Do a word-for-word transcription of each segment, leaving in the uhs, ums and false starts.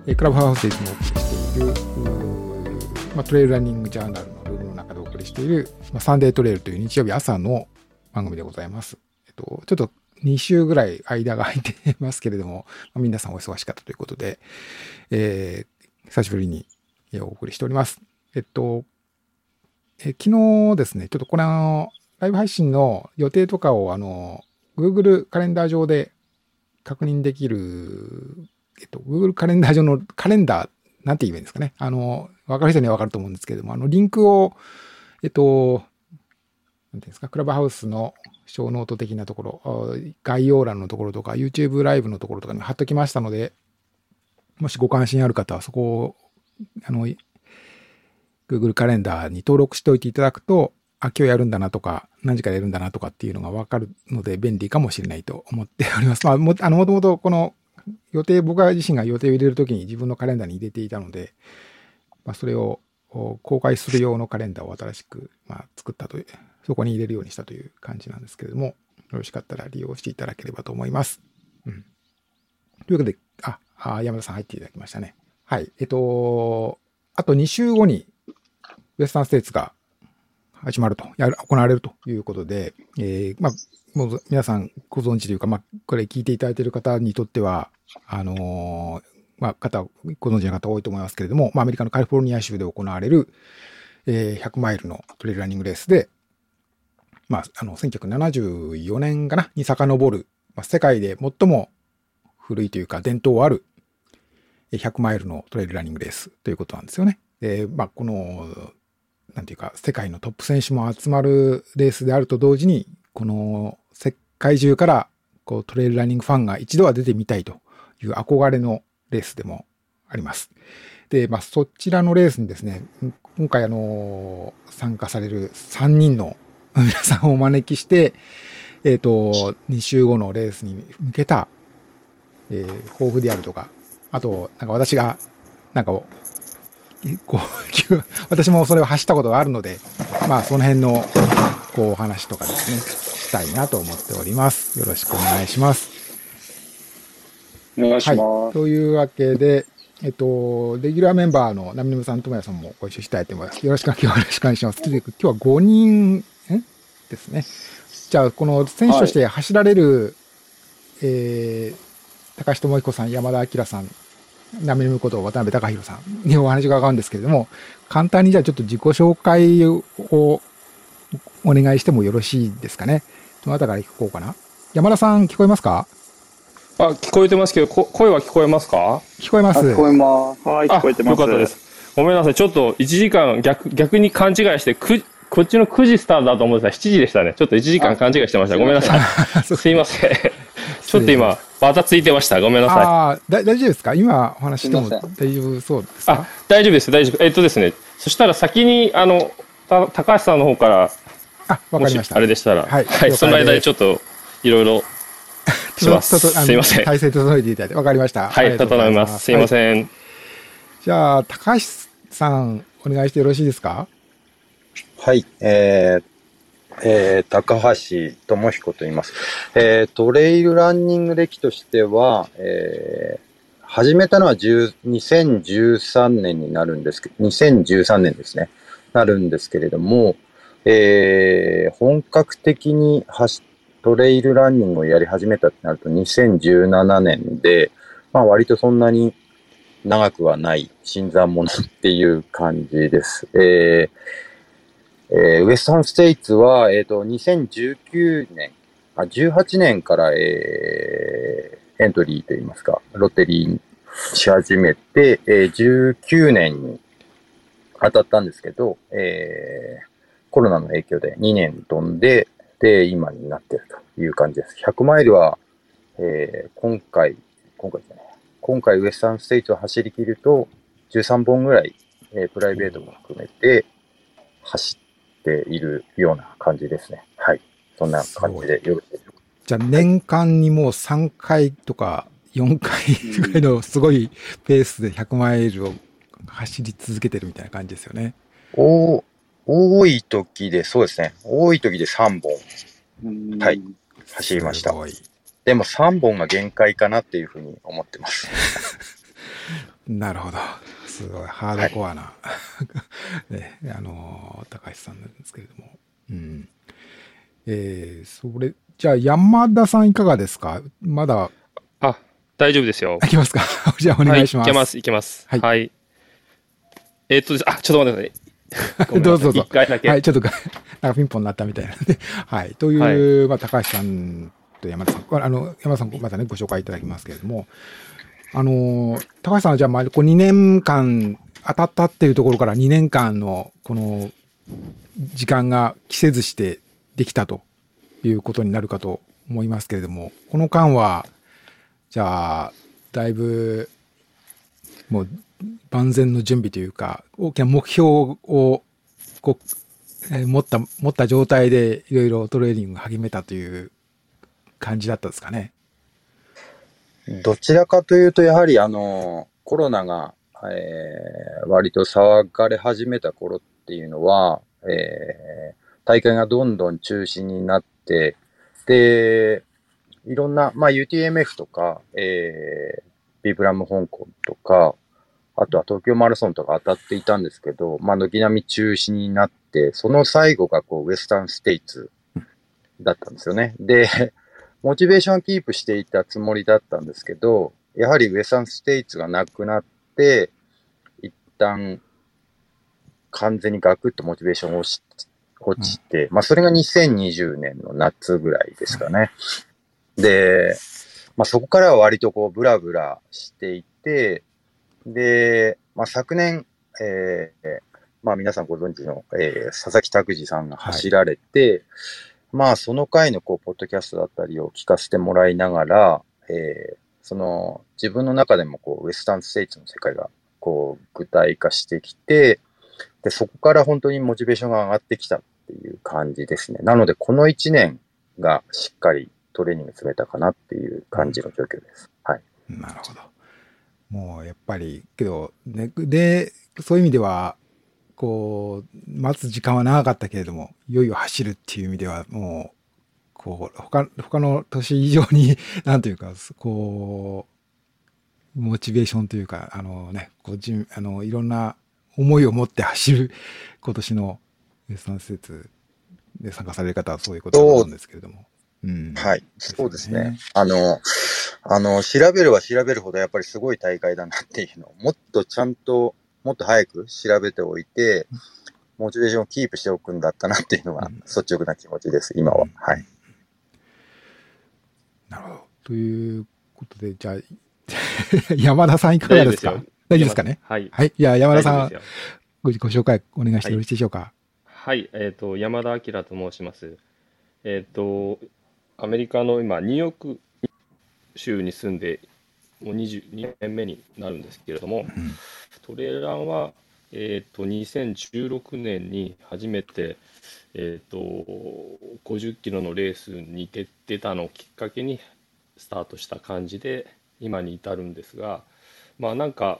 クラブハウスでいつもお送りしている、まあ、トレイルランニングジャーナルのルールの中でお送りしている、まあ、サンデートレイルという日曜日朝の番組でございます。えっと、ちょっとに週ぐらい間が空いてますけれども、まあ、皆さんお忙しかったということで、えー、久しぶりにお送りしております。えっと、え昨日ですね、ちょっとこれあの、ライブ配信の予定とかをあの、Google カレンダー上で確認できる、えっと、Google カレンダー上のカレンダー、なんて言えばいいんですかね。あの、わかる人にはわかると思うんですけれども、あの、リンクを、えっと、なんていうんですか、クラブハウスの小ノート的なところ、概要欄のところとか、YouTube ライブのところとかに貼っときましたので、もしご関心ある方はそこを、あの、Google カレンダーに登録しておいていただくと、あ、今日やるんだなとか、何時からやるんだなとかっていうのがわかるので便利かもしれないと思っております。まあ、も、あの、もともとこの予定、僕自身が予定を入れるときに自分のカレンダーに入れていたので、まあ、それを公開する用のカレンダーを新しく、まあ、作ったという、そこに入れるようにしたという感じなんですけれども、よろしかったら利用していただければと思います。うん。というわけで、あ、あ山田さん入っていただきましたね。はい。えっと、あとに週後にウエスタンステーツが始まると、やる、行われるということで、えー、まあ、もう皆さんご存知というか、まあ、これ聞いていただいている方にとっては、あのー、まあ、方、ご存知の方多いと思いますけれども、まあ、アメリカのカリフォルニア州で行われる、えー、ひゃくマイルのトレイルランニングレースで、まあ、あの、せんきゅうひゃくななじゅうよねんかなに遡る、まあ、世界で最も古いというか伝統あるひゃくマイルのトレイルランニングレースということなんですよね。で、まあ、この、なんていうか、世界のトップ選手も集まるレースであると同時に、この世界中からこうトレイルランニングファンが一度は出てみたいという憧れのレースでもあります。で、まあ、そちらのレースにですね、今回あの、参加されるさんにんの皆さんをお招きして、えっと、に週後のレースに向けた、えー、抱負であるとか、あと、なんか私が、なんか、こう、私もそれを走ったことがあるので、まあ、その辺の、こう、お話とかですね、したいなと思っております。よろしくお願いします。 お願いします。 はい。というわけで、えっと、レギュラーメンバーのナミネムさん、ともやさんもご一緒したいと思います。よろしく、今日はよろしくお願いします。今日はごにん、んですね。じゃあ、この選手として走られる、はい、えー、高橋智彦さん、山田明さん、ナミネムこと渡辺隆弘さんにお話が伺うんですけれども、簡単にじゃあちょっと自己紹介をお願いしてもよろしいですかね。どなたから聞こうかな。山田さん、聞こえますか？ あ、聞こえてますけど、声は聞こえますか？ 聞こえます。 聞こえます。はい、聞こえてます。 よかったです。ごめんなさい。ちょっといちじかん逆、逆に勘違いして、く、こっちのくじスタートだと思ってたらしちじでしたね。ちょっっといちじかん勘違いしてました。ごめんなさい。すいません。ちょっと今、バタついてました。ごめんなさい。 ああ、大丈夫ですか？今お話しても大丈夫そうですか？ あ、大丈夫です。大丈夫。えっとですね。そしたら先に、あの、た高橋さんの方から、 あ、わかりました。 あれでしたら、 はい。 はい。その間にちょっと、いろいろ、します。すいません。 体制整えていただいて。わかりました。 はい、整えます。すいません。はい、 じゃあ、高橋さん、お願いしてよろしいですか？ はい。えーえー、高橋智彦と言います。えー、トレイルランニング歴としては、えー、始めたのはにせんじゅうさんねんになるんですけど、にせんじゅうさんねんですね。なるんですけれども、えー、本格的に走トレイルランニングをやり始めたってなるとにせんじゅうななねんで、まあ割とそんなに長くはない新参者っていう感じです。えーえー、ウエスタンステイツは、えっと、にせんじゅうきゅうねん、あ、じゅうはちねんから、えー、エントリーといいますか、ロッテリーにし始めて、えー、じゅうきゅうねんに当たったんですけど、えー、コロナの影響でにねん飛んで、で、今になっているという感じです。ひゃくマイルは、えー、今回、今回じゃない、今回ウエスタンステイツを走り切ると、じゅうさんぼんぐらい、えー、プライベートも含めて、走って、いるような感じですね。はい。そんな感じでよろしいですか。 じゃあ年間にもうさんかいとかよんかいぐらいのすごいペースでひゃくマイルを走り続けてるみたいな感じですよね。 お多い時で、そうですね。多い時でさんぼん。はい。走りました。でもさんぼんが限界かなっていうふうに思ってます。 なるほど。すごいハードコアな、はい、ね、あのー、高橋さんなんですけれども。うん。えー、それ、じゃあ山田さんいかがですか？まだ。 あ、大丈夫ですよ。 いきますか？じゃあお願いします。 はい、いけます、いけます。 はい。 はい、えー、っとです、あ、ちょっと待ってください。 どうぞどうぞ。 一回だけ。 はい、ちょっと、なんかピンポンになったみたいなので。はい。という、はい、まあ、高橋さんと山田さん。あの、山田さん、またね、ご紹介いただきますけれども。あの、高橋さんはじゃあ、まあ、こうにねんかん当たったっていうところからにねんかんの、この、時間が期せずしてできたということになるかと思いますけれども、この間は、じゃあ、だいぶ、もう、万全の準備というか、大きな目標を、こう、えー、持った、持った状態でいろいろトレーニングを始めたという感じだったですかね。 どちらかというと、やはりあの、コロナが、えー、割と騒がれ始めた頃っていうのは、えー、大会がどんどん中止になって、で、いろんな、まあ、ユーティーエムエフ とか、えー、ビブラム香港とか、あとは東京マラソンとか当たっていたんですけど、まあ、軒並み中止になって、その最後がこう、ウエスタンステイツだったんですよね。で、モチベーションキープしていたつもりだったんですけど、やはりウエスタンステイツがなくなって、一旦完全にガクッとモチベーション落ち、落ちて、うん、まあそれがにせんにじゅうねんの夏ぐらいですかね。で、まあそこからは割とこうブラブラしていて、で、まあ昨年、えー、まあ皆さんご存知の、えー、佐々木拓司さんが走られて、はい、まあ、その回の、こう、ポッドキャストだったりを聞かせてもらいながら、えー、その、自分の中でも、こう、ウエスタンステイツの世界が、こう、具体化してきて、で、そこから本当にモチベーションが上がってきたっていう感じですね。なので、このいちねんがしっかりトレーニング積めたかなっていう感じの状況です。はい。 なるほど。もう、やっぱり、けど、ね、で、そういう意味では、こう、待つ時間は長かったけれども、いよいよ走るっていう意味では、もう、こう、他、他の年以上に、なんというか、こう、モチベーションというか、あのね、こう、じん、あの、いろんな思いを持って走る、今年のウエスタン施設で参加される方はそういうことだと思うんですけれども。 うん、はい、そうですね。あの、あの、調べるは調べるほどやっぱりすごい大会だなっていうのを、もっとちゃんと、もっと早く調べておいて、モチベーションをキープしておくんだったなっていうのが率直な気持ちです、今は。はい。 なるほど。ということで、じゃあ、山田さんいかがですか？大丈夫ですかね？ はい。 はい。いや、山田さん、ご自己紹介お願いしてよろしいでしょうか？ はい。はい、えっと、山田明と申します。えっと、アメリカの今、ニューヨーク州に住んで、もうにじゅうにねんめになるんですけれども、うん、トレランは、えっと、にせんじゅうろくねんに初めて、えっと、ごじゅっキロのレースに出てたのをきっかけにスタートした感じで、今に至るんですが、まあなんか、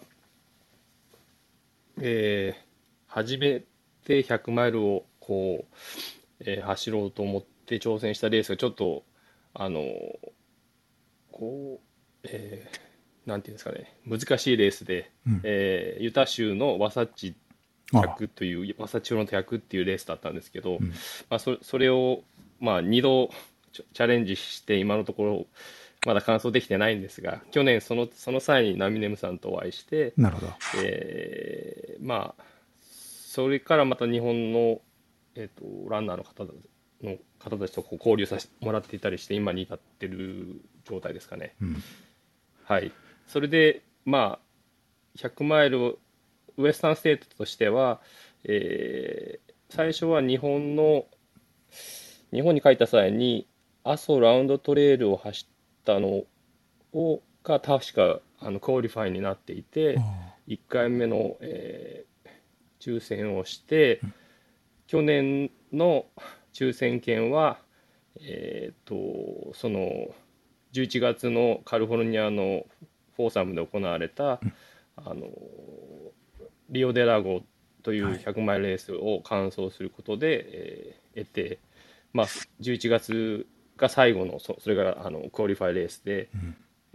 えー、初めてひゃくマイルをこう、えー、走ろうと思って挑戦したレースがちょっと、あの、こう、えー、なんていうんですかね、難しいレースで、うん、えー、ユタ州のワサッチひゃくという、ワサッチフロントひゃくっていうレースだったんですけど、うん、まあそ、それを、まあ、にどチャレンジして、今のところ、まだ完走できてないんですが、去年その、その際にナミネムさんとお会いして、 なるほど。 えー、まあ、それからまた日本の、えーと、ランナーの方の方たちとこう交流させてもらっていたりして、今に至ってる状態ですかね。うん、はい。それで、まあ、ひゃくマイル、ウエスタンステートとしては、えー、最初は日本の、日本に帰った際に、阿蘇ラウンドトレイルを走ったのをが確かあのクオリファイになっていて、いっかいめの、えー、抽選をして、うん、去年の抽選券は、えー、とそのじゅういちがつのカリフォルニアのフォーサムで行われた、うん、あのリオデラゴというひゃくマイルレースを完走することで、はい、えー、得て、まあ、じゅういちがつが最後の そ, それがあのクオリファイレースで、うん、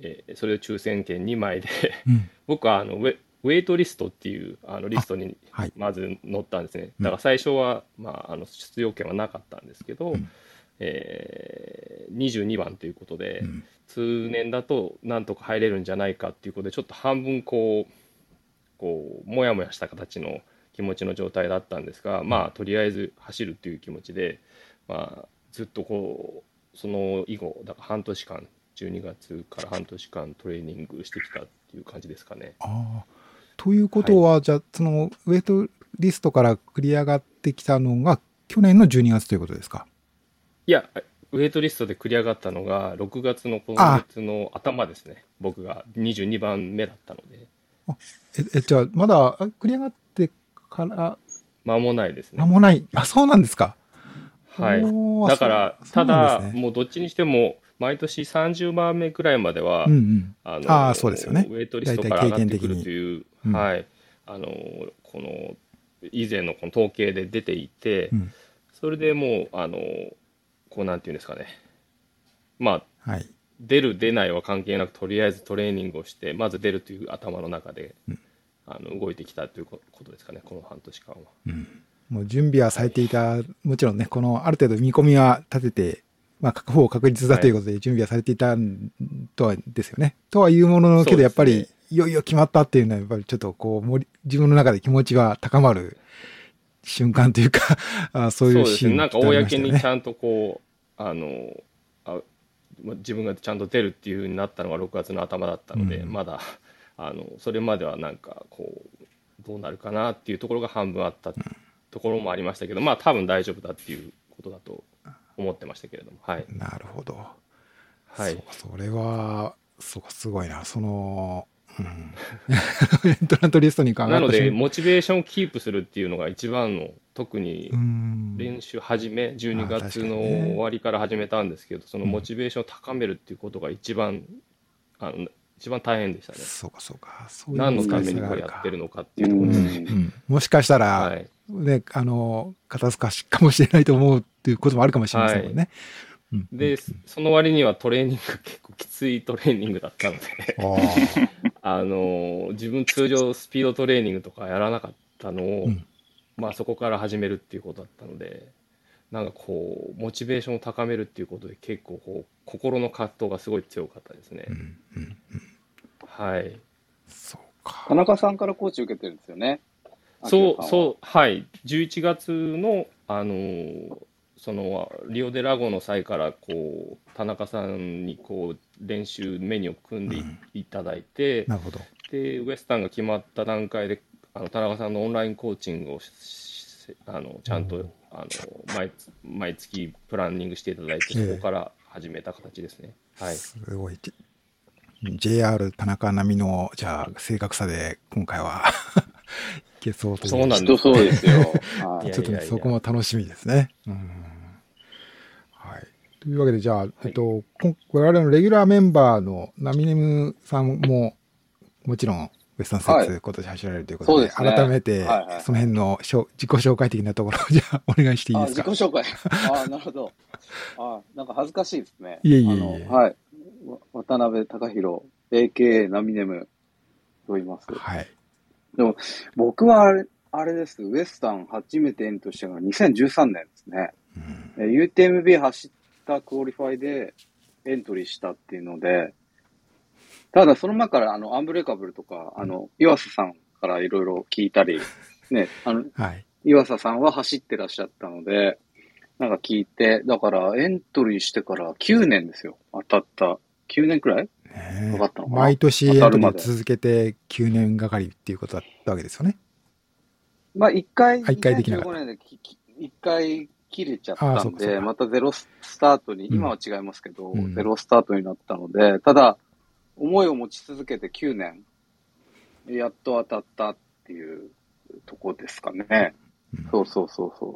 えー、それを抽選券にまいで、 うん、 僕はあのウェウェイトリストっていうあのリストにまず載ったんですね。はい、だから最初は、まあ、あの出場権はなかったんですけど、うん、えー、にじゅうにばんということで、うん、通年だとなんとか入れるんじゃないかっていうことでちょっと半分こうこうもやもやした形の気持ちの状態だったんですが、まあとりあえず走るっていう気持ちで、まあ、ずっとこうその以後だから半年間じゅうにがつから半年間トレーニングしてきたっていう感じですかね。 あということは、はい、じゃあそのウェイトリストから繰り上がってきたのが去年のじゅうにがつということですか？ いや、ウェイトリストで繰り上がったのがろくがつの今月の頭ですね。僕がにじゅうにばんめだったので。 あええじゃあまだ繰り上がってから間もないですね。 間もない。あ、そうなんですか。 はい。だからただ、ね、もうどっちにしても毎年さんじゅうばんめくらいまでは、 うんうん、 あのあそうですよね、 ウェイトリストから上がってくるという、うん、はい、あのこの以前のこの統計で出ていて、うん、それでもうあのこうなんていうんですかね、まあ、はい、出る出ないは関係なくとりあえずトレーニングをしてまず出るという頭の中で、うん、あの動いてきたということですかね、この半年間は。 うん、もう準備はされていた、はい、もちろんね、このある程度見込みは立てて、まあ、ほぼ確実だということで準備はされていたとはですよね。はい、とはいうもののけど、やっぱり、いよいよ決まったっていうのは、やっぱりちょっとこう、自分の中で気持ちが高まる瞬間というか、あそういうシーンがありましたよね。 そうですね。なんか公にちゃんとこう、あの、あ自分がちゃんと出るっていう風になったのがろくがつの頭だったので、うん、まだ、あの、それまではなんかこう、どうなるかなっていうところが半分あったところもありましたけど、うん、まあ多分大丈夫だっていうことだと思ってましたけれども、はい。 なるほど。 はい。 そ, それは、そうか、すごいな。その、うん、エントラントリストに考えたなので、モチベーションをキープするっていうのが一番の、特に練習始め、じゅうにがつの終わりから始めたんですけど、そのモチベーションを高めるっていうことが一番、あの一番大変でしたね。 そうか、そうか。そういう何のためにこうやってるのかっていうところですね。うんうん、 もしかしたら、はい、ね、あの、肩透かしかもしれないと思うっていうこともあるかもしれませんもんね。 はい、で、その割にはトレーニング結構きついトレーニングだったのであの自分通常スピードトレーニングとかやらなかったのを、うん、まあそこから始めるっていうことだったので、なんかこうモチベーションを高めるっていうことで結構こう心の葛藤がすごい強かったですね。うんうんうん、はい。 そうか。 田中さんからコーチ受けてるんですよね。 そうそうはいじゅういちがつのあのそのリオデラゴの際からこう田中さんにこう練習メニューを組んで い,、うん、いただいて、 なるほど。 でウエスタンが決まった段階であの田中さんのオンラインコーチングをあのちゃんと、うん、あの 毎, 毎月プランニングしていただいて、そこから始めた形ですね。えー、はい。 すごい。ジェイアール 田中並みのじゃあ正確さで今回はいけそうという。 そうなんです。 そうですよ。 ちょっと、ね、そこも楽しみですね。うん、はい。というわけでじゃあ、はい、えっと我々のレギュラーメンバーのナミネムさんももちろんウエスタンセッツ今年走られるということで、はい、改めてその辺の自己紹介的なところをじゃあお願いしていいですか。 あ、自己紹介。あ、なるほど。あ、なんか恥ずかしいですね。 いえいえいえ。 はい。渡辺隆弘 エーケー ナミネムと言います。 はい。 でも僕はあれあれです。ウエスタン初めてエントリーしたのがにせんじゅうさんねんですね。うん、ユーティーエムビー 走ったクオリファイでエントリーしたっていうので、ただその前からあのアンブレイカブルとか、あの岩佐さんからいろいろ聞いたり、ね、あの、はい、岩佐さんは走ってらっしゃったので、なんか聞いて、だからエントリーしてからきゅうねんですよ。当たった。きゅうねんくらいかかったのかな。 毎年エントリー続けてきゅうねんがかりっていうことだったわけですよね。 まあ一回、 一回できなかった。 にせんじゅうごねんで一回切れちゃったんで、またゼロスタートに、今は違いますけど、うん、ゼロスタートになったので、ただ、思いを持ち続けてきゅうねん、やっと当たったっていうとこですかね。うん、そうそうそうそう。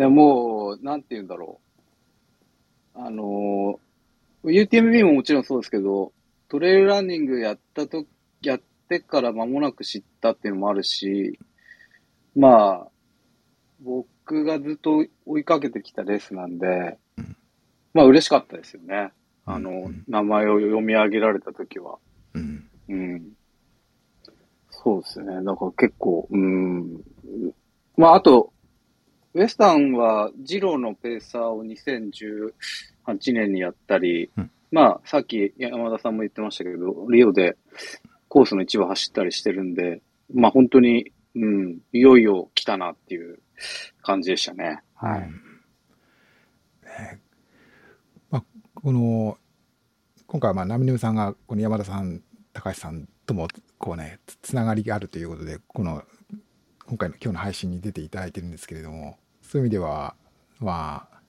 もう、なんて言うんだろう。あの、ユーティーエムビー ももちろんそうですけど、トレイルランニングやったと、やってから間もなく知ったっていうのもあるし、まあ、僕がずっと追いかけてきたレースなんで、まあ嬉しかったですよね。 あの、うん、名前を読み上げられたときは。 うん。 うん。そうですね。だから結構、うん。まあ、あと、ウエスタンは、ジローのペーサーをにせんじゅうはちねんにやったり、うん、まあ、さっき山田さんも言ってましたけど、リオでコースの一部走ったりしてるんで、まあ本当に、うん、いよいよ来たなっていう感じでしたね。はい。うんね、まあ、この、今回はまあ、ナミネムさんが、この山田さん、高橋さんとも、こうね、つながりがあるということで、この、今回の今日の配信に出ていただいてるんですけれども、そういう意味では、まあ、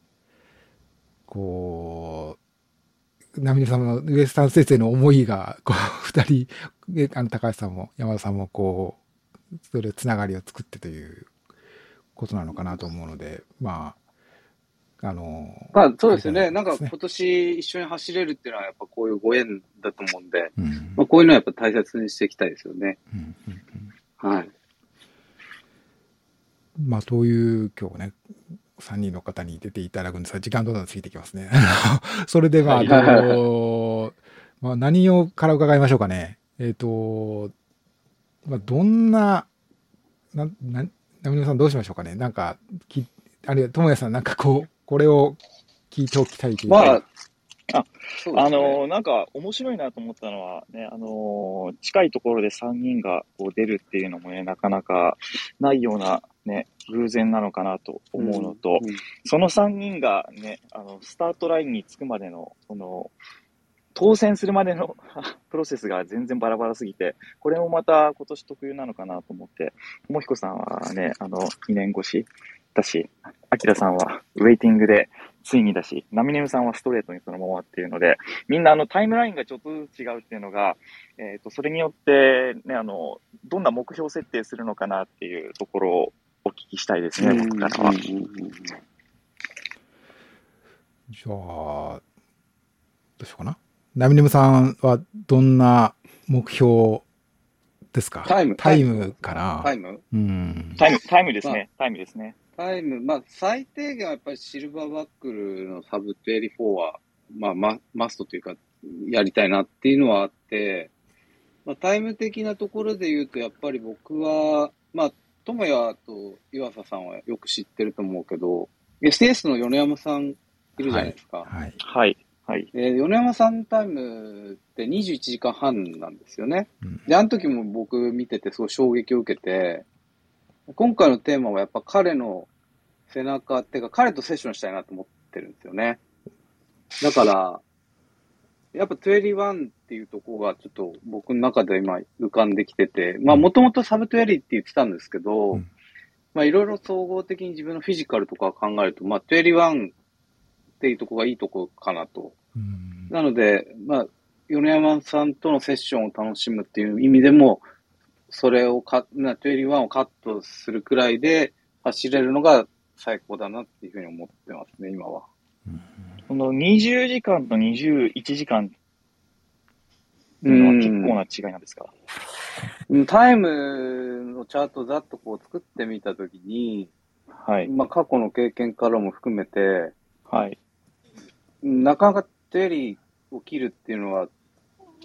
こう、ナミネさんのウエスタン先生の思いが、こう、二人、あの、高橋さんも山田さんも、こう、それつながりを作ってということなのかなと思うので、まあ、あの、 まあそうですよね。なんか今年一緒に走れるっていうのはやっぱこういうご縁だと思うんで、うん、まあこういうのはやっぱ大切にしていきたいですよね。うんうんうん、はい。 まあという今日ね、さんにんの方に出ていただくんですが、時間どんどん過ぎてきますね。それでまあ、あの、まあ何をから伺いましょうかね。えっと、まあどんな、な、な、ナミネさんどうしましょうかね。なんか、き、あれ、ともやさんなんかこう、これを聞いておきたいというか。まあ、 あ、ね、あの、なんか面白いなと思ったのはね、あの、近いところでさんにんがこう出るっていうのもね、なかなかないようなね、偶然なのかなと思うのと、うんうん、そのさんにんがね、あの、スタートラインに着くまでの、その、当選するまでのプロセスが全然バラバラすぎて、これもまた今年特有なのかなと思って、ともひこさんはね、あの、にねん越しだし、あきらさんはウェイティングでついにだし、ナミネムさんはストレートにそのままっていうので、みんなあのタイムラインがちょっとずつ違うっていうのが、えっと、それによってね、あの、どんな目標設定するのかなっていうところをお聞きしたいですね、僕からは。じゃあ、どうしようかな。ナミネムさんはどんな目標ですか？ タイム。 タイムかな？ タイム？ うん。 タイム、タイムですね。タイムですね。 タイム、まあ、最低限はやっぱりシルバーバックルのサブにじゅうよんは、まあ、ママストというか、やりたいなっていうのはあって、まあ、タイム的なところで言うと、やっぱり僕は、まあ、智也と岩佐さんはよく知ってると思うけど、エスティーエス の米山さんいるじゃないですか。 はい。 はい。はい。 で、米山さんのタイムってにじゅういちじかんはんなんですよね。うん、で、あの時も僕見ててすごい衝撃を受けて、今回のテーマはやっぱ彼の背中っていうか彼とセッションしたいなと思ってるんですよね。だから、やっぱにじゅういちっていうところがちょっと僕の中で今浮かんできてて、まあもともとサブにじゅうって言ってたんですけど、うん、まあいろいろ総合的に自分のフィジカルとか考えると、まあにじゅういちっていうところがいいとこかなと。うん、なので、まあ、米山さんとのセッションを楽しむっていう意味でも、それをか、な、にじゅういちをカットするくらいで走れるのが最高だなっていうふうに思ってますね、今は。 このにじゅうじかんとにじゅういちじかんっていうのは結構な違いなんですか？ うん、タイムのチャートをざっとこう作ってみたときに、 はい。 まあ過去の経験からも含めて、 はい。 なかなかにじゅういちを切るっていうのは、うん、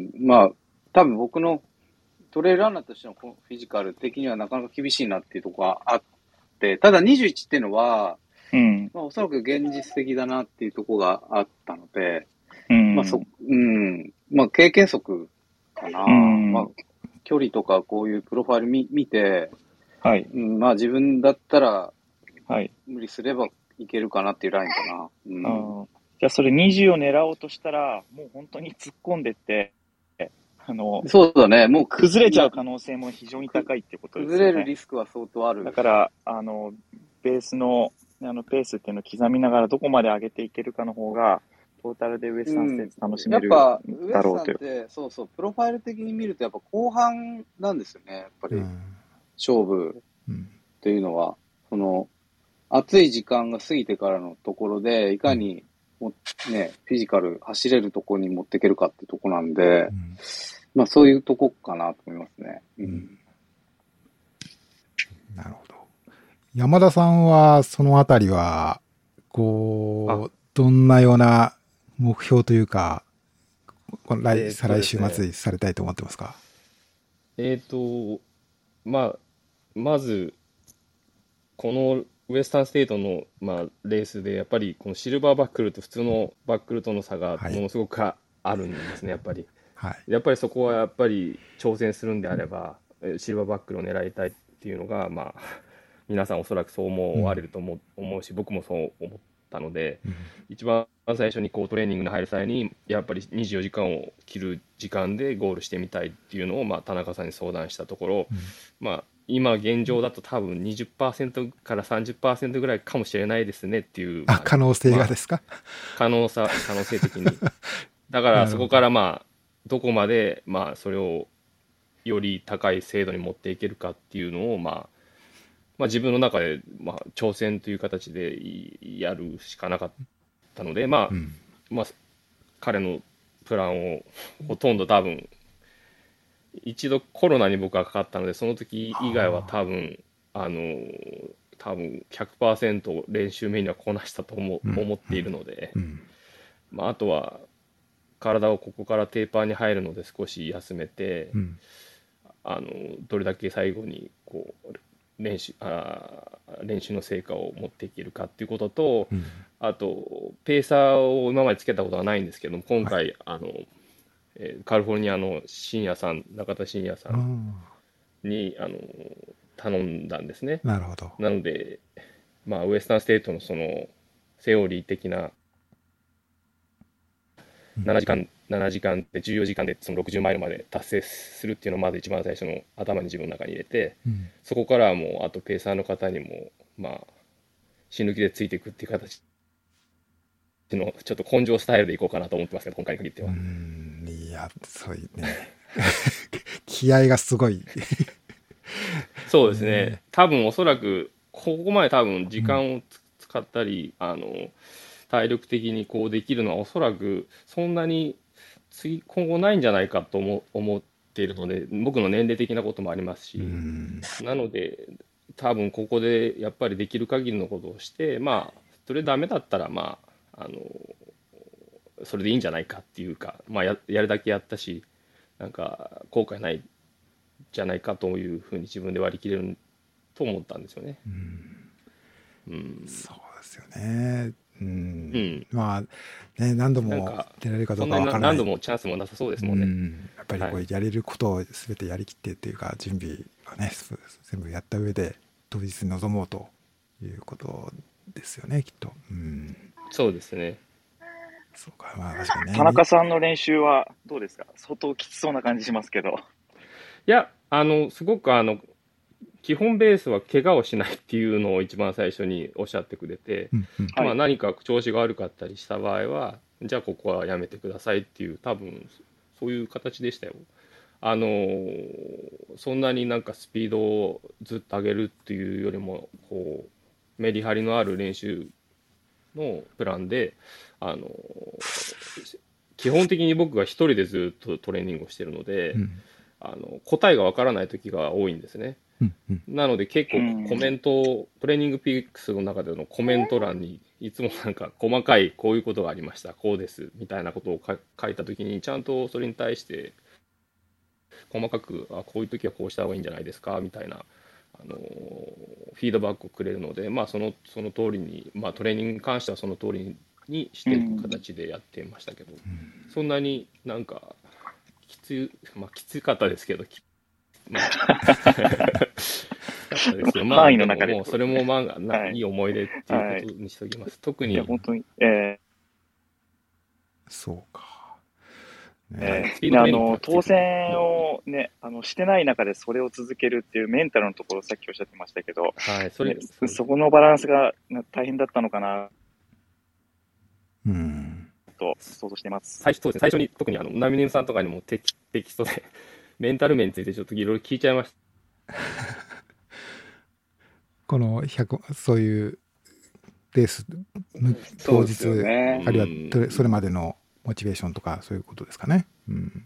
まあ、多分僕のトレイルランナーとしてのフィジカル的にはなかなか厳しいなっていうところがあって、ただにじゅういちっていうのは、 うん、 まあおそらく現実的だなっていうところがあったので、 うん、 まあそ、うん、まあ経験則かな、うん、まあ距離とかこういうプロファイル見見て、 はい、 うん、まあ自分だったら、 はい、 無理すればいけるかなっていうラインかな。うん、 じゃあそれにじゅうを狙おうとしたら、もう本当に突っ込んでって、あの、 そうだね、もう崩れちゃう可能性も非常に高いってことですね。 崩れるリスクは相当ある。 だから、あの、ベースの、あの、ペースっていうのを刻みながらどこまで上げていけるかの方が、トータルでウエスタンステーツ楽しめるだろうという、うん。やっぱ、ウエスタンって、 そうそう、プロファイル的に見るとやっぱ後半なんですよね、やっぱり。うん、勝負っていうのは、その、暑い時間が過ぎてからのところで、いかに、ね、フィジカル走れるところに持っていけるかってとこなんで、うん、まあそういうとこかなと思いますね。うん、 なるほど。山田さんはそのあたりは、こう、どんなような目標というか、この来、 えーっと再来週ですね末にされたいと思ってますか？ えっと、まあ、まず、このウエスタンステートの、まあ、レースで、やっぱりこのシルバーバックルと普通のバックルとの差がはいものすごくああるんですね、やっぱり。 はい。 やっぱりそこはやっぱり挑戦するんであれば、えシルバーバックルを狙いたいっていうのが、まあ、皆さんおそらくそう思われると思う、思うし、僕もそう思ったので、 うん一番最初にこうトレーニングに入る際に、やっぱりにじゅうよじかんを切る時間でゴールしてみたいっていうのを、まあ、田中さんに相談したところ、 うんまあ、今現状だと多分にじゅっパーセントからさんじゅっパーセントぐらいかもしれないですねっていう、まあ、可能性がですか？ 可能さ、可能性的に。だからそこからまあ、どこまでまあそれをより高い精度に持っていけるかっていうのを、まあ、まあ自分の中でまあ挑戦という形でやるしかなかったので、まあ、 うんまあ、彼のプランをほとんど多分、一度コロナに僕はかかったので、その時以外は多分、あの、多分ひゃくパーセント練習メニューはこなしたと思,、 うん思っているので、 うんまあ、あとは体をここからテーパーに入るので少し休めて、 うんあのどれだけ最後にこう練習あー練習の成果を持っていけるかっていうことと、 うんあとペーサーを今までつけたことはないんですけども、今回、あのえーカリフォルニアの深夜さん、中田深夜さあんにあの頼んだんですね。 ーなるほど。 なので、まあ、ウエスタンステートのそのセオリー的なうんななじかん、ななじかんでじゅうよじかんでそのろくじゅうマイルまで達成するっていうのをまず一番最初の頭に自分の中に入れて、 うんそこからはもうあとペーサーの方にもまあ死ぬ気でついていくっていう形のちょっと根性スタイルでいこうかなと思ってますけど、今回に限ってうは。 んいや、そういうね。気合がすごい。 そうですねね。 多分おそらくここまで多分時間をつ使ったり、あの体力的にこうできるのはおそらくそんなに次今後ないんじゃないかと思思っているので、僕の年齢的なこともありますし、 うんなので多分ここでやっぱりできる限りのことをして、まあそれダメだったらまああのそれでいいんじゃないかっていうか、まあや、やるだけやったし、なんか後悔ないじゃないかというふうに自分で割り切れると思ったんですよね。 うんうん、 そうですよね。うんうんまあね、何度もなんか出られるかどそなにうんかわからない。 何度もチャンスもなさそうですもんね。 うんやっぱりこうはいやれることを全てやりきってっていうか、準備をねす全部やった上で当日に臨もうということですよね、きっと。うんそうですね。 そうか、まあ確かにね。 田中さんの練習はどうですか？相当きつそうな感じしますけど。 いや、あの、すごくあの、基本ベースは怪我をしないっていうのを一番最初におっしゃってくれて、 うんうんはいまあ何か調子が悪かったりした場合は、じゃあここはやめてくださいっていう、多分そういう形でしたよ。あの、そんなになんかスピードをずっと上げるっていうよりも、こう、メリハリのある練習のプランで、あの、基本的に僕が一人でずっとトレーニングをしてるので、 うんあの答えがわからない時が多いんですね。 うんうんなので結構うんコメントを、トレーニングピックスの中でのコメント欄にいつもなんか細かいこういうことがありました、こうですみたいなことをか書いた時にちゃんとそれに対して細かく、あ、こういう時はこうした方がいいんじゃないですかみたいな、あのフィードバックをくれるので、まあそのその通りに、まあトレーニングに関してはその通りにしていく形でやってましたけど、そんなになんかきつい、まあきつかったですけど、きまあ、きつかったですけど、まあ、 範囲の中でももうそれもまあ、なはいいい思い出っていうことにしておきます。特にいや、、本当に、えそうか。 ーねえー、あスピードトレーニングの、当選をね、あの、してない中でそれを続けるっていうメンタルのところ、さっきおっしゃってましたけど、 はい、それ、 ねそうそこのバランスがな大変だったのかなうんと想像しています。 最初そうですね、最初に特にあの、ナミネムさんとかにもテキテキストで、メンタル面についてちょっといろいろ聞いちゃいました。 このひゃくそういうレースむ当そうですよ日、 ねあるいはどれそれまでのモチベーションとかそういうことですかね。うん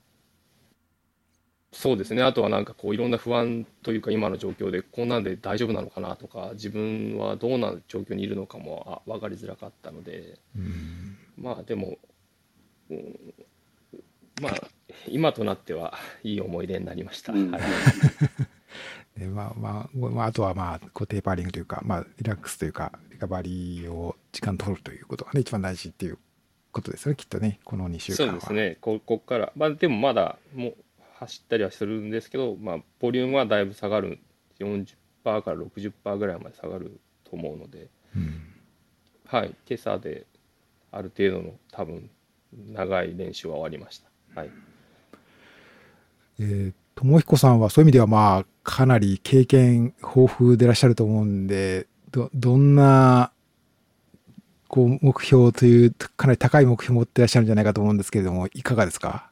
そうですね、あとはなんかこういろんな不安というか、今の状況でこんなんで大丈夫なのかなとか、自分はどうな状況にいるのかもあ分かりづらかったので、 うんまあでも、うん、まあ今となってはいい思い出になりました。うん、はい。 でまあまあ、まあ、あとはまあこうテーパーリングというか、まあ、リラックスというかリカバリーを時間取るということがね一番大事っていうことですよね、きっとね、このにしゅうかんは。 そうですね、ここから、まあ、でもまだもう走ったりはするんですけど、まあ、ボリュームはだいぶ下がる、よんじゅっパーセント から ろくじゅっパーセント ぐらいまで下がると思うので、うん、はい、今朝である程度の多分長い練習は終わりました。はい。 えー、友彦さんはそういう意味ではまあかなり経験豊富でいらっしゃると思うんで、どどんなこう目標というかなり高い目標を持っていらっしゃるんじゃないかと思うんですけれども、いかがですか？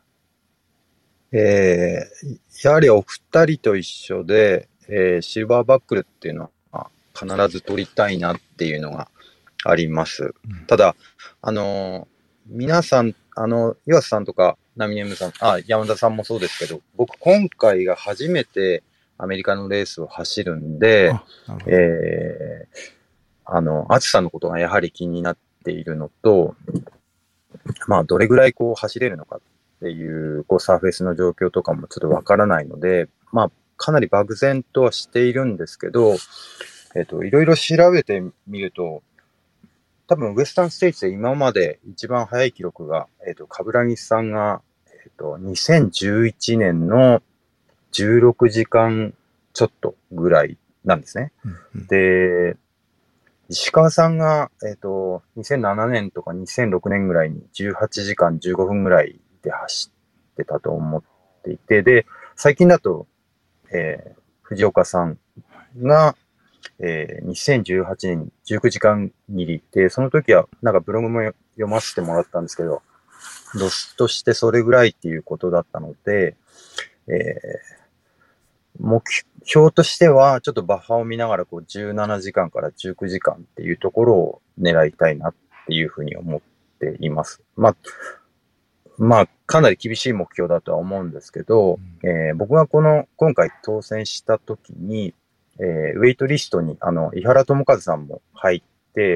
えー、やはりお二人と一緒で、えー、シルバーバックルっていうのは必ず取りたいなっていうのがあります。うん、ただ、あのー、皆さん、あの、岩瀬さんとか、ナミネムさん、あ、山田さんもそうですけど、僕今回が初めてアメリカのレースを走るんで、えー、あの、暑さのことがやはり気になっているのと、まあ、どれぐらいこう走れるのかっていう、こうサーフェイスの状況とかもちょっとわからないので、まあ、かなり漠然とはしているんですけど、えっと、いろいろ調べてみると、多分ウエスタンステイツで今まで一番速い記録が、えっと、カブラギさんが、えっと、にせんじゅういちねんのじゅうろくじかんちょっとぐらいなんですね。うんうん、で、石川さんが、えっと、にせんななねんとかにせんろくねんぐらいにじゅうはちじかんじゅうごふんぐらいで走ってたと思っていて、で、最近だと、えー、藤岡さんが、えー、にせんじゅうはちねんにじゅうくじかん切りで、その時はなんかブログも読ませてもらったんですけど、ロスとしてそれぐらいっていうことだったので、えー、目標としてはちょっとバッファを見ながらこうじゅうななじかんからじゅうくじかんっていうところを狙いたいなっていうふうに思っています。まあ、まあ、かなり厳しい目標だとは思うんですけど、うん、えー、僕がこの今回当選した時に、えー、ウェイトリストに、あの、井原智和さんも入って、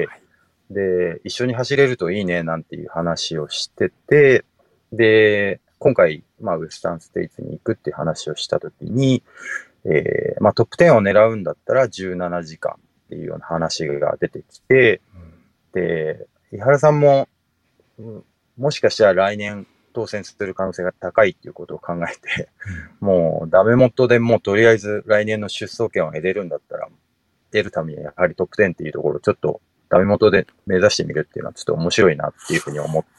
はい、で、一緒に走れるといいね、なんていう話をしてて、で、今回、まあ、ウエスタンステイツに行くっていう話をしたときに、えー、まあ、トップじゅうを狙うんだったらじゅうななじかんっていうような話が出てきて、うん、で、井原さんも、うん、もしかしたら来年、当選する可能性が高いっていうことを考えて、うん、もうダメ元でもうとりあえず来年の出走権を得れるんだったら、出るためにはやはりトップじゅうっていうところをちょっとダメ元で目指してみるっていうのはちょっと面白いなっていうふうに思って、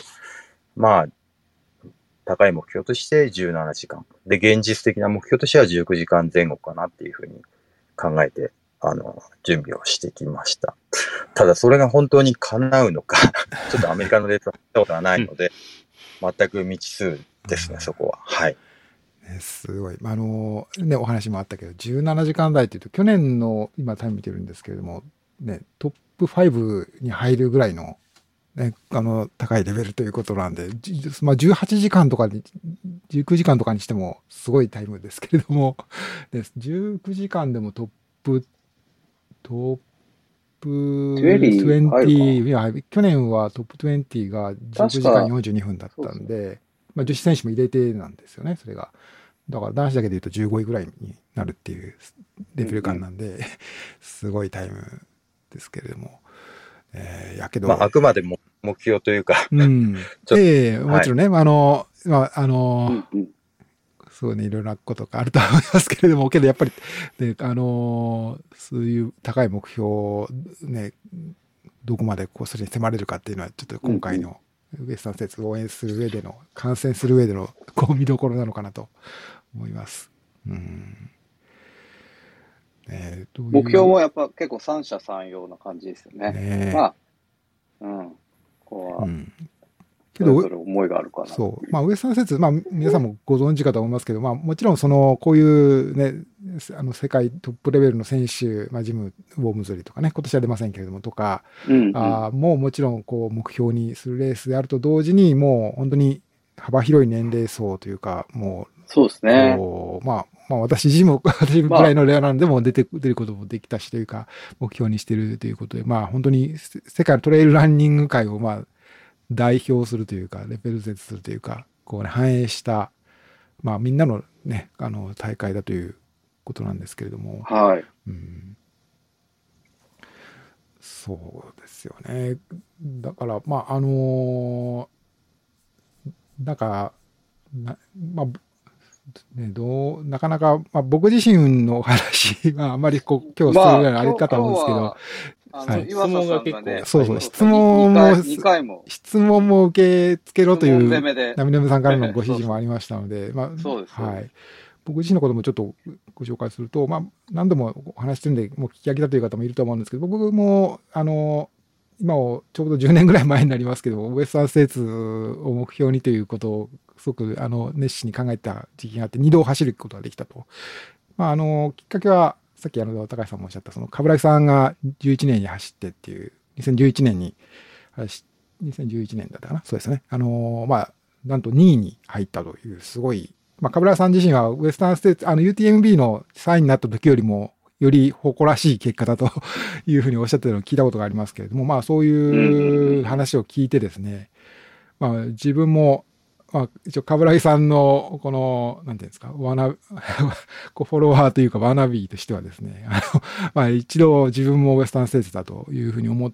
まあ、高い目標としてじゅうななじかん。で、現実的な目標としてはじゅうくじかんぜん後かなっていうふうに考えて、あの、準備をしてきました。ただそれが本当に叶うのか、ちょっとアメリカのレースは見たことがないので、全く未知数ですね、そこは。はい。 ね、すごい。あの、ね、お話もあったけど、じゅうななじかん台っていうと、去年の、今タイム見てるんですけれども、ね、トップごに入るぐらいの、ね、あの、高いレベルということなんで、まあ、じゅうはちじかんとかに、じゅうくじかんとかにしても、すごいタイムですけれども、でじゅうくじかんでもトップ、トップ、トップにじゅう、いや、去年はトップにじゅうがじゅうくじかんよんじゅうにふんだったんで、まあ、女子選手も入れてなんですよね、それが。だから男子だけで言うとじゅうごいぐらいになるっていうレベル感なんで、うんうん、すごいタイムですけれども。えー、やけど。 まあ、あくまでも目標というか。 うん。ええー、もちろんね、はい、あの、まあ、あの、うんうん、そうね、いろいろなことがあると思いますけれども、けどやっぱり、ね、あの、そういう高い目標、ね、どこまでこうそれに迫れるかっていうのは、ちょっと今回のウエスタンステイツを応援する上での、観戦する上での、こう見どころなのかなと思います。うん。 ね、どういう目標もやっぱ結構三者三様な感じですよね。ねまあ、うん。ここは、うん、けど、それぞれ思いがあるかな。 そう。まあ、ウエスタンステイツ、まあ、皆さんもご存知かと思いますけど、まあ、もちろん、その、こういうね、あの、世界トップレベルの選手、まあ、ジム・ウォームズリーとかね、今年は出ませんけれども、とか、うんうん、あもうもちろん、こう、目標にするレースであると同時に、もう、本当に幅広い年齢層というか、もう、 そうですね。 まあ、まあ、私自身も、私ぐらいのレアなんでも出て、出ることもできたしというか、目標にしてるということで、まあ、本当に、世界のトレイルランニング界を、まあ、 代表するというか、レペルゼントするというか、こうね、反映した、まあみんなのね、あの、大会だということなんですけれども、 はい。 うん、そうですよね。だから、まあ、あのーなんか、なまあ、ね、どう、なかなか、まあ、僕自身の話はあまりこう、今日するようなありかと思うんですけど、 あの、岩佐さんがね、 そうそう、質問も、 にかいも、 質問も受け付けろという、 ナミナムさんからのご指示もありましたので、まあ、 そうです。 はい。僕自身のこともちょっとご紹介すると、まあ、何度もお話ししてるんで、もう聞き飽きたという方もいると思うんですけど、僕も、あの、今をちょうどじゅうねんぐらい前になりますけど、ウエスタンステーツを目標にということを、すごく、あの、熱心に考えた時期があって、二度走ることができたと。まあ、あの、きっかけは、さっきあの、高橋さんもおっしゃった、その、冠城さんがじゅういちねんに走ってっていう、にせんじゅういちねんに、にせんじゅういちねんだったかな、そうですね。あの、まあ、なんとにいに入ったという、すごい、まあ、冠城さん自身はウエスタンステーツ、あの、ユーティーエムビー のさんいになった時よりも、より誇らしい結果だというふうにおっしゃってるのを聞いたことがありますけれども、まあ、そういう話を聞いてですね、まあ、自分も、まあ、一応、冠城さんの、この、なんていうんですか、ワナ、こうフォロワーというか、ワナビーとしてはですね、あの、まあ、一度自分もウエスタンステーツだというふうに思って、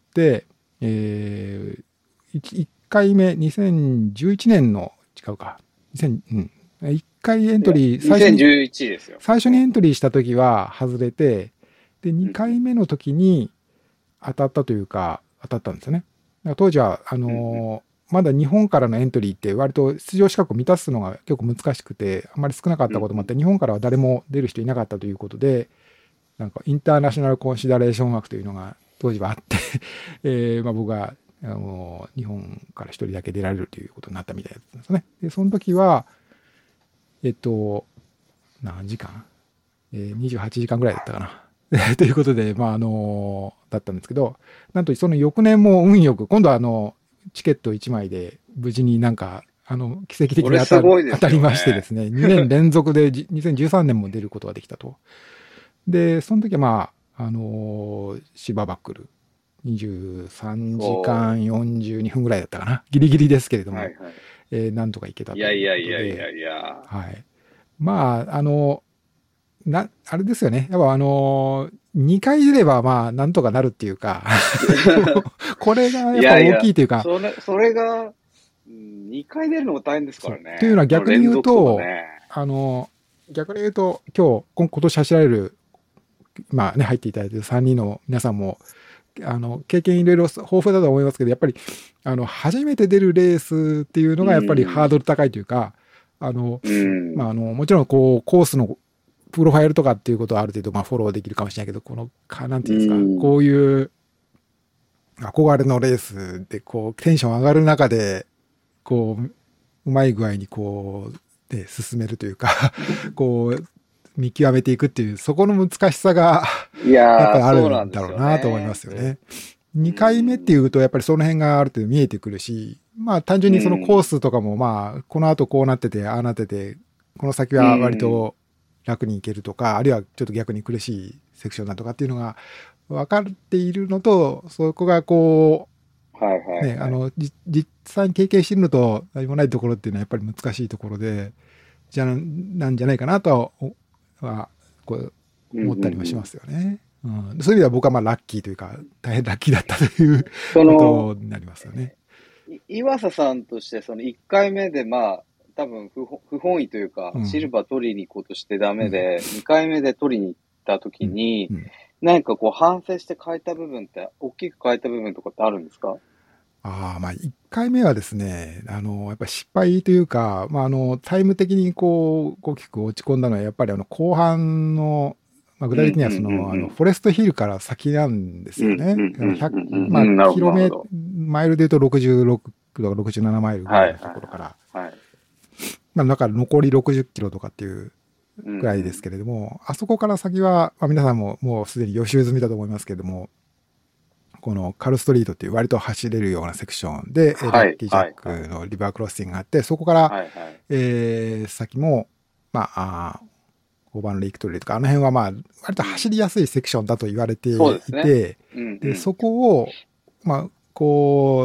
えー、いっかいめ、にせんじゅういちねんの、違うか、にせん、うん、いっかいエントリー、 最初に、にせんじゅういちですよ。 最初にエントリーした時は外れて、で、にかいめの時に当たったというか、当たったんですよね。だから当時は、あのー、うんまだ日本からのエントリーって割と出場資格を満たすのが結構難しくて、あんまり少なかったこともあって、うん、日本からは誰も出る人いなかったということで、なんかインターナショナルコンシダレーション枠というのが当時はあって、えー、まあ僕はあの日本から一人だけ出られるということになったみたいなんですね。で、その時は、えっと、何時間、えー、にじゅうはちじかんぐらいだったかな。ということで、まああの、だったんですけど、なんとその翌年も運よく、今度はあの、チケットいちまいで無事になんか、あの、奇跡的に当た、ね、当たりましてですね、にねん連続でにせんじゅうさんねんも出ることができたと。で、その時はまあ、あのー、芝バックル、にじゅうさんじかんよんじゅうにふんぐらいだったかな。ギリギリですけれども、はいはい、えー、なんとかいけたということで。 いやいやいやいやいや。 はい。まあ、あの、な、あれですよね。やっぱあのー、にかい出ればまあなんとかなるっていうかこれがやっぱ大きいというか。 いやいやそれ、それが、にかい出るのも大変ですからね。 というのは逆に言うと、ね、あの、逆に言うと今日、今年走られる、まあね、入っていただいているさんにんの皆さんも、あの、経験いろいろ豊富だと思いますけど、やっぱり、あの、初めて出るレースっていうのがやっぱりハードル高いというか、あの、まあ、あの、もちろんこう、コースのプロファイルとかっていうことはある程度まあフォローできるかもしれないけど、この、かなんていうんですか、うん、こういう憧れのレースでこうテンション上がる中で、こう、うまい具合にこう、で、進めるというか、こう、見極めていくっていう、そこの難しさが、やっぱりあるんだろうなと思いますよね。にかいめっていうと、やっぱりその辺がある程度見えてくるし、まあ単純にそのコースとかもまあ、この後こうなってて、ああなってて、この先は割と、楽に行けるとか、あるいはちょっと逆に苦しいセクションだとかっていうのが分かっているのと、そこがこう、はいはいはい、ね、あの、実際に経験しているのと何もないところっていうのはやっぱり難しいところで、じゃあ、なんじゃないかなとは、はこう思ったりもしますよね。うんうんうん、そういう意味では僕はまあラッキーというか、大変ラッキーだったということになりますよね。 岩佐さんとして、そのいっかいめでまあ、多分不本、不本意というか、うん、シルバー取りに行こうとしてダメで、うん、にかいめで取りに行った時に、うんうん、何かこう反省して変えた部分って、大きく変えた部分とかってあるんですか？ ああ、まあいっかいめはですね、あの、やっぱり失敗というか、まああの、タイム的にこう、大きく落ち込んだのは、やっぱりあの、後半の、まあ具体的にはその、あの、フォレストヒルから先なんですよね。ひゃく、まあ、キロメートル、マイルで言うとろくじゅうろくとかろくじゅうななマイルぐらいのところから、はいはいはい、まあ、だから残りろくじゅっキロとかっていうぐらいですけれども、うん、あそこから先は、まあ、皆さんももうすでに予習済みだと思いますけれども、このカルストリートっていう割と走れるようなセクションで、はい、ラッキージャックのリバークロッシングがあって、そこから、はいはい、えー、先も、まあ、オーバーのレイクトレイとか、あの辺はまあ、割と走りやすいセクションだと言われていて、で、ねうんうん、でそこを、まあ、こう、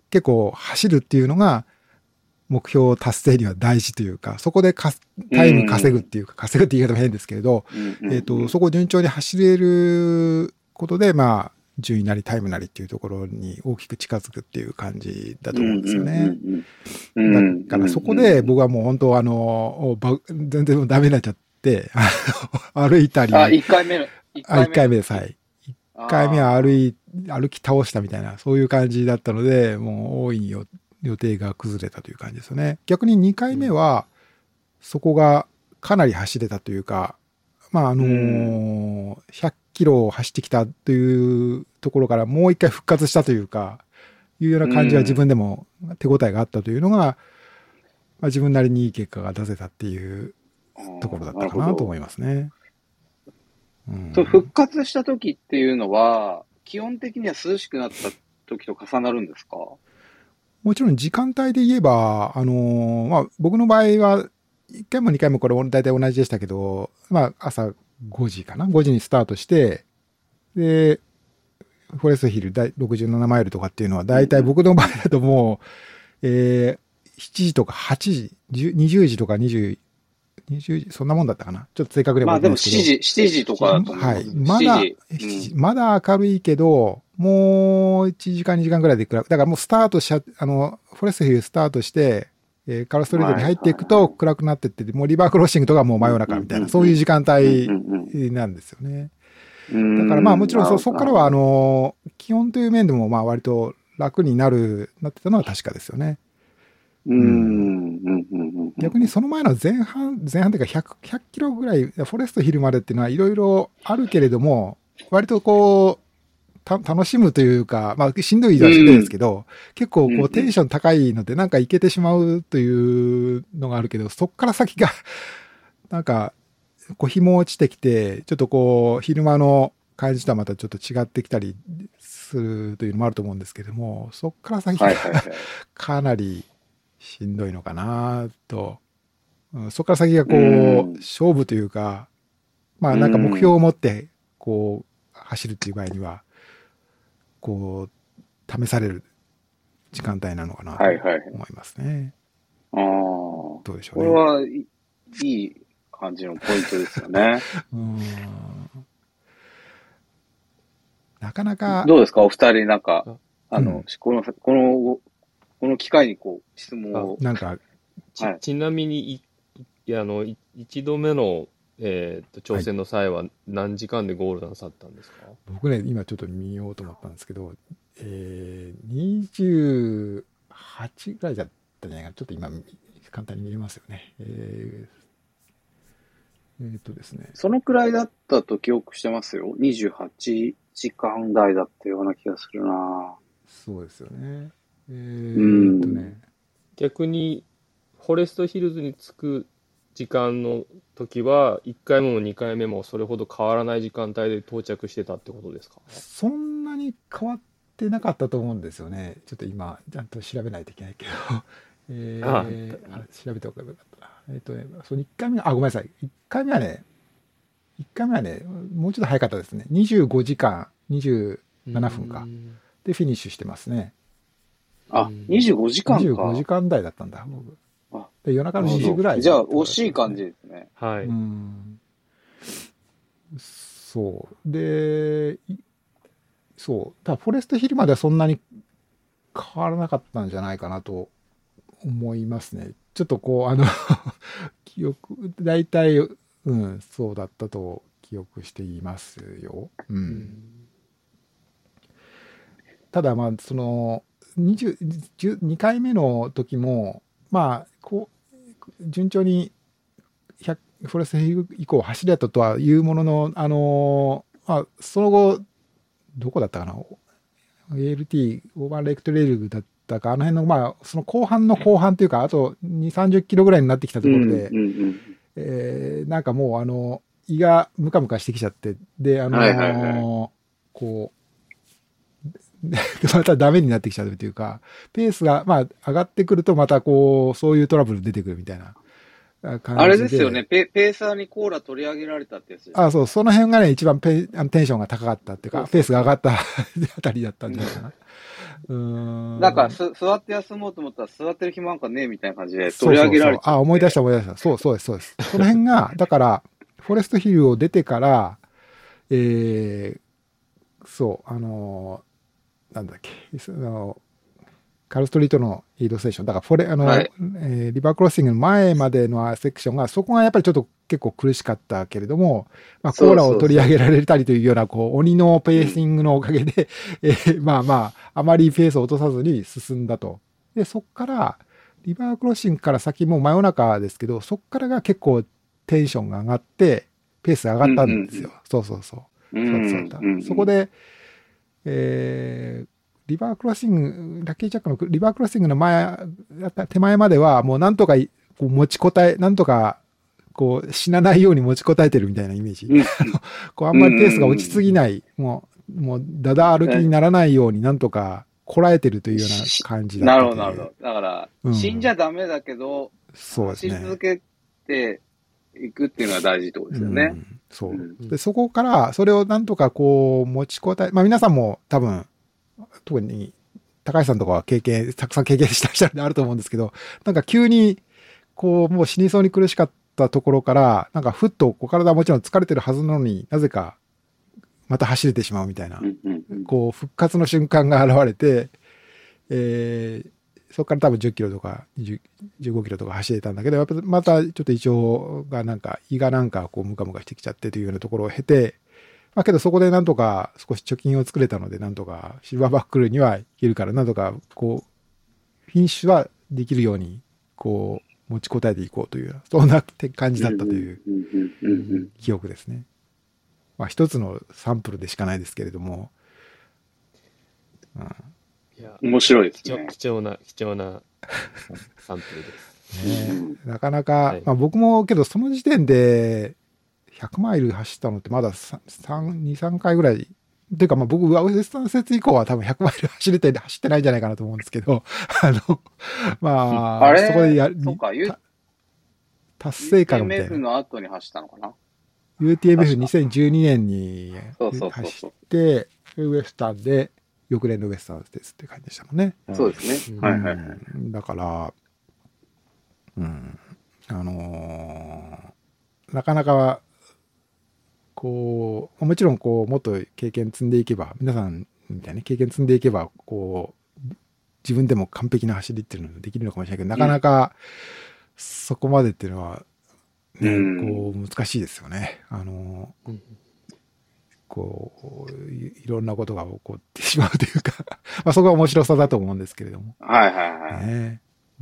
結構走るっていうのが目標達成には大事というか、そこでかタイム稼ぐっていうか、稼ぐって言い方も変ですけれど、えっと、そこを順調に走れることで、まあ、順位なりタイムなりっていうところに大きく近づくっていう感じだと思うんですよね。だからそこで僕はもう本当あの、全然ダメになっちゃって、歩いたり。 あ、いっかいめの。 あ、いっかいめです。はい。いっかいめは歩い、歩き倒したみたいな、そういう感じだったので、もう大いに予定が崩れたという感じですよね。逆ににかいめは、そこがかなり走れたというか、まああのー、ひゃっキロを走ってきたというところからもう一回復活したというか、いうような感じは自分でも手応えがあったというのが、まあ、自分なりにいい結果が出せたっていうところだったかなと思いますね。 うん、復活した時っていうのは、基本的には涼しくなった時と重なるんですか？ もちろん時間帯で言えば、あのー、まあ、僕の場合は、いっかいもにかいもこれ大体同じでしたけど、まあ、朝ごじかな ?ご 時にスタートして、で、フォレストヒルろくじゅうななマイルとかっていうのは、大体僕の場合だともう、えー、しちじとかはちじ、にじゅうじとかにじゅう、にじゅうじ、そんなもんだったかな。ちょっと正確には覚えてないですけど。 まあでもしちじ、しちじとかだと思う。 はい。まだ、うん、まだ明るいけど、もういちじかんにじかんぐらいで暗く、だからもうスタートしちゃ、あの、フォレストヒルスタートして、えー、カラストリートに入っていくと暗くなってって、もうリバークロッシングとかもう真夜中みたいな、そういう時間帯なんですよね。だからまあもちろんそ、そこからはあの、気温という面でもまあ割と楽になる、なってたのは確かですよね。 うん。 逆にその前の前半、前半というかひゃく、ひゃっキロぐらい、フォレストヒルまでっていうのはいろいろあるけれども、割とこう、た楽しむというか、まあしんどいはしんどいですけど、うん、結構こうテンション高いのでなんかいけてしまうというのがあるけど、そっから先が、なんか、こう日も落ちてきて、ちょっとこう昼間の感じとはまたちょっと違ってきたりするというのもあると思うんですけども、そっから先がかなりしんどいのかなと、うん、そっから先がこう、うん、勝負というか、まあなんか目標を持ってこう走るっていう場合には、こう試される時間帯なのかなと思いますね。 はいはい、ああ、 どうでしょうね。 これはいい感じのポイントですよね。 うん、なかなか。 どうですかお二人、なんか、あの、うん、この、この、この機会にこう、質問を。 なんか、 ち、はい、ちなみに、い、いや、あの、い一度目の、えー、と挑戦の際は何時間でゴールなさったんですか？はい、 僕ね、今ちょっと見ようと思ったんですけど、えー、にじゅうはちぐらいだったんじゃないかな。ちょっと今、簡単に見れますよね。えー、えー、っとですね。 そのくらいだったと記憶してますよ。にじゅうはちじかん台だったような気がするな。 そうですよね。えー、っとね。 逆に、フォレストヒルズに着く時間の時はいっかいめもにかいめもそれほど変わらない時間帯で到着してたってことですか？ そんなに変わってなかったと思うんですよね。ちょっと今ちゃんと調べないといけないけど、えー、ああ調べておけばよかったな。えっ、ー、とね、そのいっかいめあごめんなさい。いっかいめはね、いっかいめはねもうちょっと早かったですね。にじゅうごじかんにじゅうななふんかでフィニッシュしてますね。 あ、にじゅうごじかんか。 にじゅうごじかん台だったんだ僕。で夜中のにじぐらい、 ね、じゃあ惜しい感じですね。 はい。 うん、そうで、そう。ただフォレストヒルまではそんなに変わらなかったんじゃないかなと思いますね。ちょっとこうあの記憶大体うんそうだったと記憶していますよ。うん。うん、ただまあそのにじゅうにかいめの時もまあこう順調にフォレストヒル以降走れたとはいうものの、あのー、まあ、その後、どこだったかな ?エーエルティー、オーバーレイクトレイルだったか、あの辺の、まあ、その後半の後半というか、あとに、さんじゅっキロぐらいになってきたところで、うんうんうんえー、なんかもう、あの、胃がムカムカしてきちゃって、で、あのーはいはいはい、こう、またダメになってきちゃうというか、ペースが、まあ、上がってくると、またこう、そういうトラブル出てくるみたいな。 感じで。 あれですよねペ、ペーサーにコーラ取り上げられたってやつです、ね。 あ、そう、その辺がね、一番ペあのテンションが高かったっていうか、ペースが上がったあたりだったんじゃないかな。うーん。 なんかす、座って休もうと思ったら、座ってる暇なんかねえみたいな感じで取り上げられて。 そうそうそう。あ、思い出した思い出した。そうそうです、そうです。その辺が、だから、フォレストヒルを出てから、えー、そう、あのー、なんだっけ、その、カルストリートのイードステーション、だからフォレ、あの、はい、えー、リバークロッシングの前までのセクションが、そこがやっぱりちょっと結構苦しかったけれども、まあ、コーラを取り上げられたりというような、こう、鬼のペーシングのおかげで、うん、えー、まあまあ、あまりペースを落とさずに進んだと。で、そこから、リバークロッシングから先も真夜中ですけど、そこからが結構テンションが上がって、ペースが上がったんですよ。うんうん、そうそうそう。うんうん、そうそうそこで、えー、リバークロッシング、ラッキージャックのリバークロッシングの前、手前までは、もうなんとかこう持ちこたえ、なんとかこう死なないように持ちこたえてるみたいなイメージ。うん、こうあんまりペースが落ちすぎない、もう、もうだだ歩きにならないようになんとかこらえてるというような感じだった。 なるほど、なるほど。だから、うん、死んじゃダメだけど、 そうですね。 走り続けていくっていうのは大事ってことですよね。 うん、そう、うん。で、そこから、それをなんとかこう持ちこたえ、まあ皆さんも多分、特に高橋さんとかは経験、たくさん経験した人であると思うんですけど、なんか急に、こう、もう死にそうに苦しかったところから、なんかふっとこう体はもちろん疲れてるはずなのになぜか、また走れてしまうみたいな、こう、復活の瞬間が現れて、えー、そこから多分じゅっキロとかじゅうごキロとか走れたんだけど、やっぱまたちょっと胃腸がなんか、胃がなんかこうムカムカしてきちゃってというようなところを経て、まあけどそこでなんとか少し貯金を作れたので、なんとかシルバーバックルにはいけるから、なんとかこう、フィニッシュはできるように、こう、持ちこたえていこうという、そんな感じだったという記憶ですね。まあ一つのサンプルでしかないですけれども。 うん、いや面白いですね。 貴重な、貴重なサンプルです。 ね、なかなか、はい、まあ僕もけどその時点で、ひゃくマイル走ったのってまだに、さんかいぐらい。っていうかまあ僕、ウエスタン節以降は多分ひゃくマイル走れて、走ってないんじゃないかなと思うんですけど、あの、まあ、 あれそこでやる、達成感みたいな。 ユーティーエムエフ の後に走ったのかなユーティーエムエフにせんじゅうに 年に走って、ウエスタンで、翌年のウエスタンですって感じでしたもんね。 そうですね。はいはいはい。 だから、うん、あのー、なかなか、こう、もちろんこう、もっと経験積んでいけば、皆さんみたいに経験積んでいけば、こう、自分でも完璧な走りっていうのができるのかもしれないけど、なかなかそこまでっていうのは、ね、うん、こう、難しいですよね。あの、うん、こうい、いろんなことが起こってしまうというか、まあそこが面白さだと思うんですけれども。 はいはいはい。 ね、うん、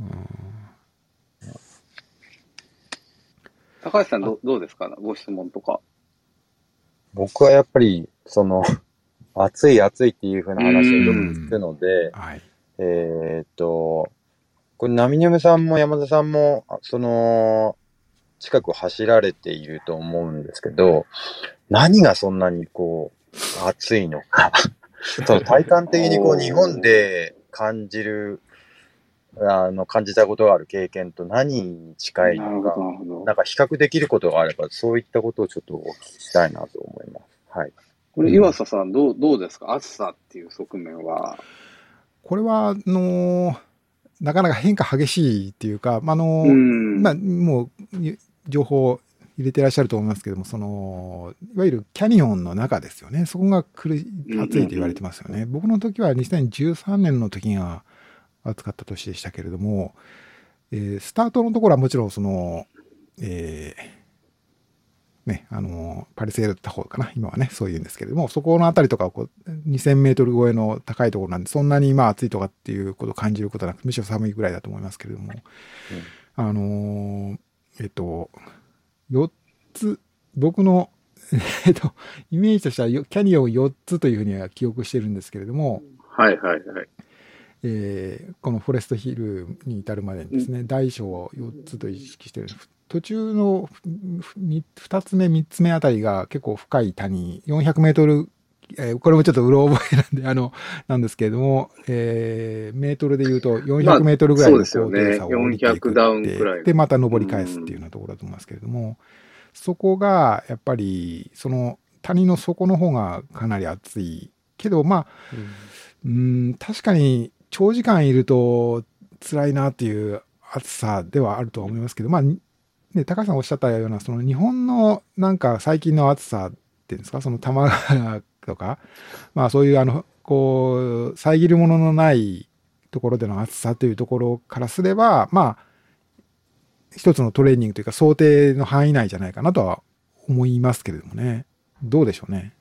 高橋さんど、どうですかご質問とか。 僕はやっぱり、その、暑い暑いっていう風な話をよく聞くので、はい、えー、っと、これ、ナミニョムさんも山田さんも、その、近く走られていると思うんですけど、何がそんなにこう、暑いのか。その体感的にこう、日本で感じる、あの、感じたことがある経験と何に近いのか、なんか比較できることがあれば、そういったことをちょっとお聞きしたいなと思います。はい。 これ、岩佐さん、どう、どうですか暑さっていう側面は。 これは、あのー、なかなか変化激しいっていうか、あのー、まあ、もう、情報入れてらっしゃると思いますけども、その、いわゆるキャニオンの中ですよね。そこが苦い、暑いと言われてますよね。僕の時はにせんじゅうさんねんの時が暑かった年でしたけれども、えー、スタートのところはもちろんその、えー、ね、あの、パリセールタホかな、今はね、そういうんですけれども、そこのあたりとかこう、にせんメートル超えの高いところなんで、そんなにまあ暑いとかっていうことを感じることはなく、むしろ寒いぐらいだと思いますけれども、うん、あのー、えっと、よっつ、僕の、えっと、イメージとしては、キャニオンをよっつというふうには記憶してるんですけれども、 はいはいはい。 えー、このフォレストヒルに至るまでにですね、大小をよっつと意識してる。途中のふたつめ、みっつめあたりが結構深い谷、よんひゃくメートルえー、これもちょっとうろ覚えなんで、あの、なんですけれども、えー、メートルで言うとよんひゃくメートルぐらいの高低差を降りていくって、まあね、よんひゃくダウンくらい。で、また登り返すっていうようなところだと思いますけれども、そこが、やっぱり、その、谷の底の方がかなり暑い。けど、まあ、うん、うん確かに長時間いると辛いなっていう暑さではあるとは思いますけど、まあ、ね、高橋さんおっしゃったような、その日本のなんか最近の暑さっていうんですか、その玉川とか、まあそういうあの、こう、遮るもののないところでの暑さというところからすれば、まあ、一つのトレーニングというか想定の範囲内じゃないかなとは思いますけれどもね。どうでしょうね。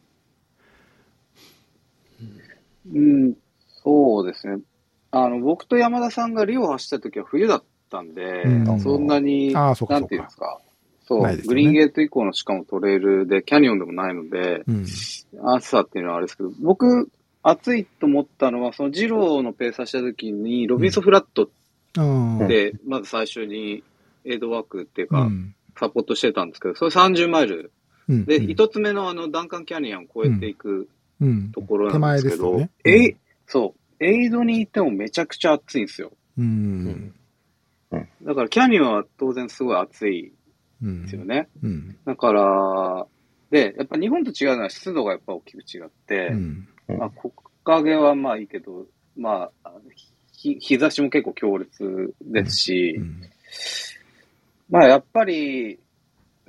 うん、そうですね。あの、僕と山田さんがリオ走った時は冬だったんで、うん、そんなに、 あそうかそうかなんていうんですか。そう、ね、グリーンゲート以降のしかもトレイルで、キャニオンでもないので、うん、暑さっていうのはあれですけど、僕、暑いと思ったのは、そのジローのペースした時に、ロビンソンフラットで、うん、まず最初にエイドワークっていうか、うん、サポートしてたんですけど、それさんじゅうマイル。うん、で、一、うん、つ目のあの、ダンカンキャニオンを越えていく、うん、ところなんですけど、うんねうん、え、そう、エイドに行ってもめちゃくちゃ暑いんですよ。うんうん、だからキャニオンは当然すごい暑いですよね。うん、だから、で、やっぱ日本と違うのは湿度がやっぱ大きく違って、うんまあ、木陰はまあいいけど、まあ、日, 日差しも結構強烈ですし、うんうん、まあやっぱり、うん、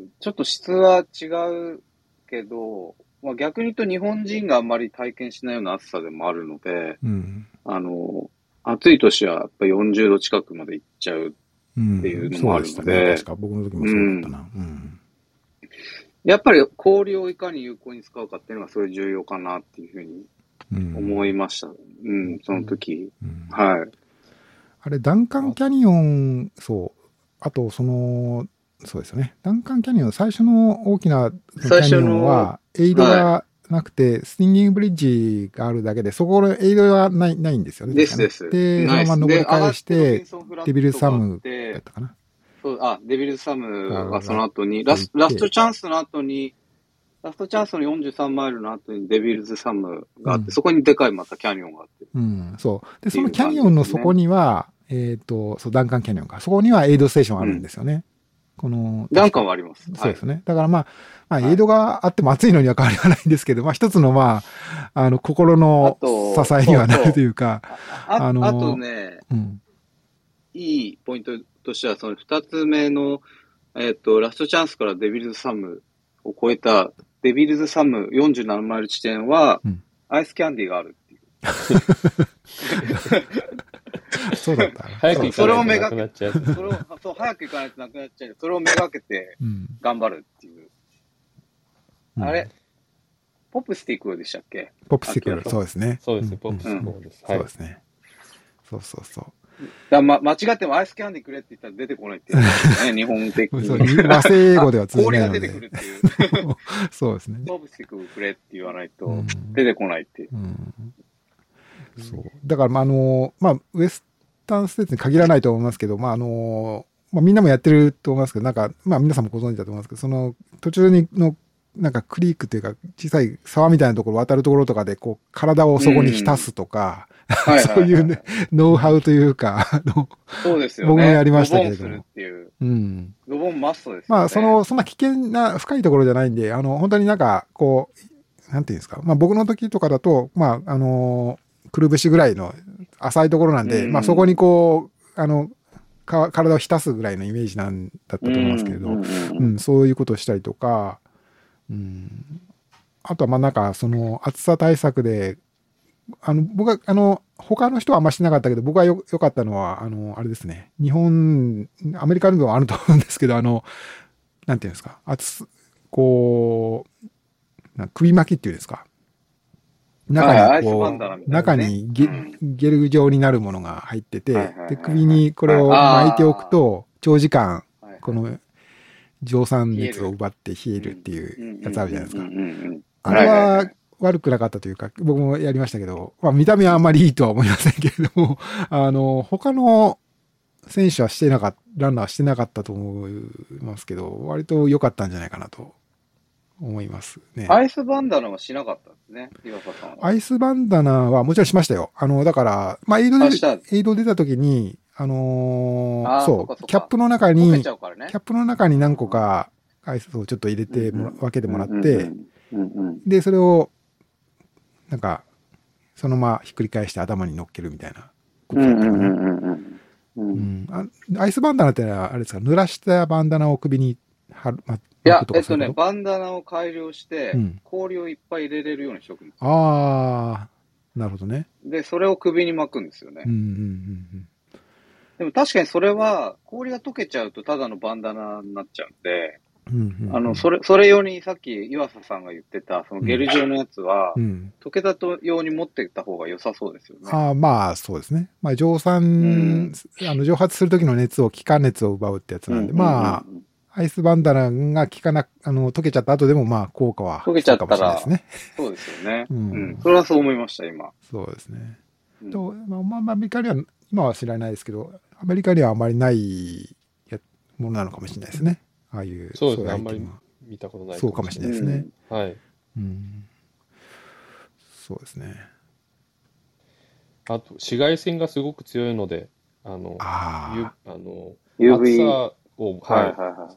ちょっと質は違うけど、まあ、逆に言うと日本人があんまり体験しないような暑さでもあるので、うん、あの、暑い年はやっぱよんじゅうど近くまで行っちゃうっていうのもあるので、うん、そうでしたね。確か僕の時もそうだったな、うんうん。やっぱり氷をいかに有効に使うかっていうのがすごい重要かなっていうふうに思いました。うん、うん、その時、うん。はい。 あれ、ダンカンキャニオン、そう。あと、その、そうですよね。ダンカンキャニオン、最初の大きなキャニオンは、エイドがなくて、はい、スティンギングブリッジがあるだけで、そこのエイドはない、ないんですよね。 ですです。 で、そのまま登り返して、デビルサムだったかな。 そう、あ、デビルサムはその後に、ラスラストチャンスの後に、ラストチャンスのよんじゅうさんマイルの後にデビルズサムがあって、うん、そこにでかいまたキャニオンがあって。 うん、そう。で、そのキャニオンの底には、えっと、そう、ダンカンキャニオンか。そこにはエイドステーションあるんですよね。うんこのダンカンはあります。 そうですね。はい、だからまあ、まあ、エイドがあっても暑いのには変わりはないんですけど、まあ一つのまあ、あの、心の支えにはなるというか。 あ, あ, のあとね、うん、いいポイントとしては、その二つ目の、えっ、ー、と、ラストチャンスからデビルズサムを超えた、デビルズサムよんじゅうななマイル地点は、うん、アイスキャンディーがあるっていう。 そうだった。 早く行かないとなくなっちゃう。 それを、そう、早く行かないとなくなっちゃう。それをめがけて、頑張るっていう。うん、あれポップスティックでしたっけポップスティック、そうですね。 そうですね、ポップスティックです。 そうですね。そうそうそう。 だま、間違ってもアイスキャンディーくれって言ったら出てこないっていう、ね、日本的に。 和製英語では通じないので。 氷が出てくるっていう。 そうですね。 ポップスティックくれって言わないと出てこないっていう。うんうんそう。だから、まあ、あの、まあ、ウエスタンステーツに限らないと思いますけど、まあ、あの、まあ、みんなもやってると思いますけど、なんか、まあ、皆さんもご存知だと思いますけど、その、途中にの、なんかクリークというか、小さい沢みたいなところ渡るところとかで、こう、体をそこに浸すとか、そういうね、ノウハウというか、あの、 そうですよね。 僕もやりましたけれども。 ドボンするっていう。 うん。 ドボンマストですよね。 まあ、その、そんな危険な、深いところじゃないんで、あの、本当になんか、こう、なんていうんですか。まあ、僕の時とかだと、まあ、あの、くるぶしぐらいの浅いところなんで、うん、まあそこにこう、あの、か体を浸すぐらいのイメージなんだったと思いますけれど、うん、うん、そういうことをしたりとか、うん、あとはまあなんかその暑さ対策で、あの、僕は、あの、他の人はあんましなかったけど、僕はよ、良かったのは、あの、あれですね、日本、アメリカにもあると思うんですけど、あの、なんていうんですか、暑、こう、首巻きっていうんですか、中にこう、中にゲ、ゲル状になるものが入ってて、で、首にこれを巻いておくと、長時間、この蒸散熱を奪って冷えるっていうやつあるじゃないですか。あれは悪くなかったというか、僕もやりましたけど、まあ見た目はあんまりいいとは思いませんけれども、あの、他の選手はしてなかった、ランナーはしてなかったと思いますけど、割と良かったんじゃないかなと思いますね。 アイスバンダナはしなかったんですね、岩佐さんは。 アイスバンダナはもちろんしましたよ。あの、だから、まあ、エイドで、エイド出た時に、あのー、そう、キャップの中に、ね、キャップの中に何個かアイスをちょっと入れてもら、分けてもらって、で、それを、なんか、そのままひっくり返して頭に乗っけるみたいなことだったかな。アイスバンダナってのは、あれですか、濡らしたバンダナを首に貼る、ま、 いや、えっとね、バンダナを改良して、うん、氷をいっぱい入れれるようにしておくんですよ。 ああ、なるほどね。 で、それを首に巻くんですよね。うんうんうんうん、でも確かにそれは、氷が溶けちゃうとただのバンダナになっちゃうんで、うんうんうん、あの、それ、それ用にさっき岩佐さんが言ってた、そのゲル状のやつは、うん、溶けたと用に持っていった方が良さそうですよね。 ああ、まあ、そうですね。まあ、蒸散、うん、あの、蒸発するときの熱を、気化熱を奪うってやつなんで、うんうんうんうん、まあ、アイスバンダナが効かな、あの、溶けちゃった後でも、まあ、効果は、 溶けちゃったら、そうですよね。うん、うん。それはそう思いました、今。 そうですね。うん、と、まあ、アメリカには、今は知らないですけど、アメリカにはあまりないものなのかもしれないですね。ああいう。 そうですね、あんまり見たことない。 そうかもしれないですね。 うん、はい。 うん。そうですね。 あと、紫外線がすごく強いので、あの、 ああの、 ユーブイ暑さを、はいはいはい、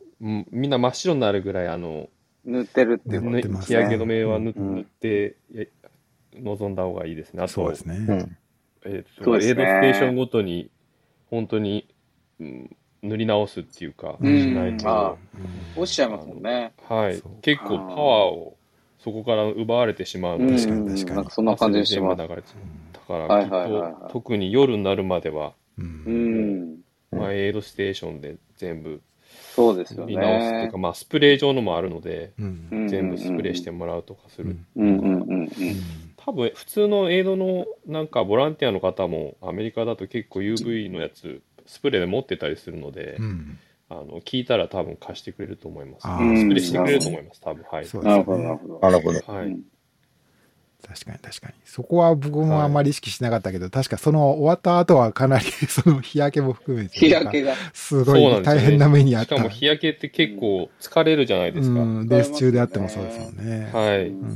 みんな真っ白になるぐらい、あの、 塗ってるっていうことですね。 日焼け止めは塗、うん、塗って臨んだ方がいいですね。あと、 そうですね。うん、 えっと、エイドステーションごとに、本当に、うん、塗り直すっていうか、 うん、 しないと、 ああ、落ちちゃいますもんね。 はい。結構パワーをそこから奪われてしまうので、 確かに確かに。 なんかそんな感じでします。 だから、きっと、特に夜になるまでは、 うん、 まあ、エイドステーションで全部、 そうですよね。 塗り直すっていうか、まあ、スプレー状のもあるので、うん、全部スプレーしてもらうとかする。多分、普通のエイドのなんかボランティアの方も、アメリカだと結構 ユーブイ のやつ、スプレーで持ってたりするので、うん、あの聞いたら多分貸してくれると思います。スプレーしてくれると思います、多分。はい。 なるほど、なるほど。 なるほど。 はい。 確かに確かに。そこは僕もあんまり意識しなかったけど、はい、確かその終わった後はかなりその日焼けも含めて。 日焼けが。 すごい大変な目にあった。 しかも日焼けって結構疲れるじゃないですか。 うん、レース中であってもそうですもんね。 はい。うん、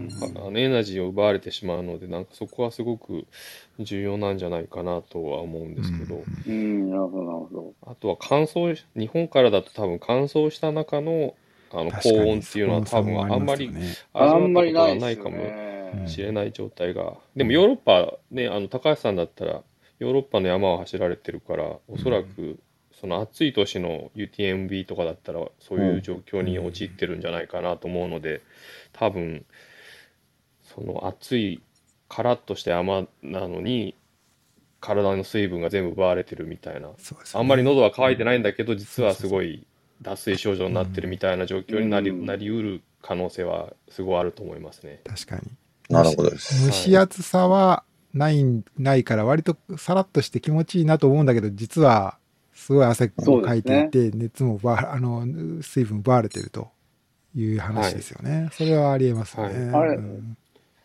あのエナジーを奪われてしまうので、なんかそこはすごく重要なんじゃないかなとは思うんですけど。 うん、なるほど、なるほど。 あとは乾燥、日本からだと多分乾燥した中のあの高温っていうのは多分あんまり味わったことがないかもしれない状態が。でもヨーロッパね、あの高橋さんだったらヨーロッパの山を走られてるから、おそらくその暑い年の ユーティーエムビー とかだったらそういう状況に陥ってるんじゃないかなと思うので、多分その暑いカラッとした山なのに体の水分が全部奪われてるみたいな、あんまり喉は渇いてないんだけど実はすごい脱水症状になってるみたいな状況になり、うん、なりうる可能性はすごいあると思いますね。 確かに。 なるほどです。 蒸し暑さはない、ないから割とさらっとして気持ちいいなと思うんだけど、実はすごい汗をかいていて、ね、熱もばあの水分奪われてるという話ですよね。はい、それはありえますね。はい、あれ、うん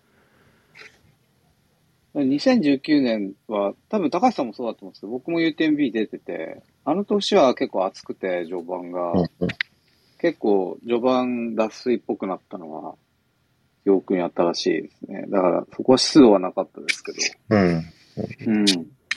にせんじゅうきゅうねんは、多分高橋さんもそうだと思うんですけど、僕も ユーティーエムビー 出てて、あの年は結構暑くて、序盤が。結構序盤脱水っぽくなったのは、記憶に新しいですね。だからそこは湿度はなかったですけど。 うん。 うん。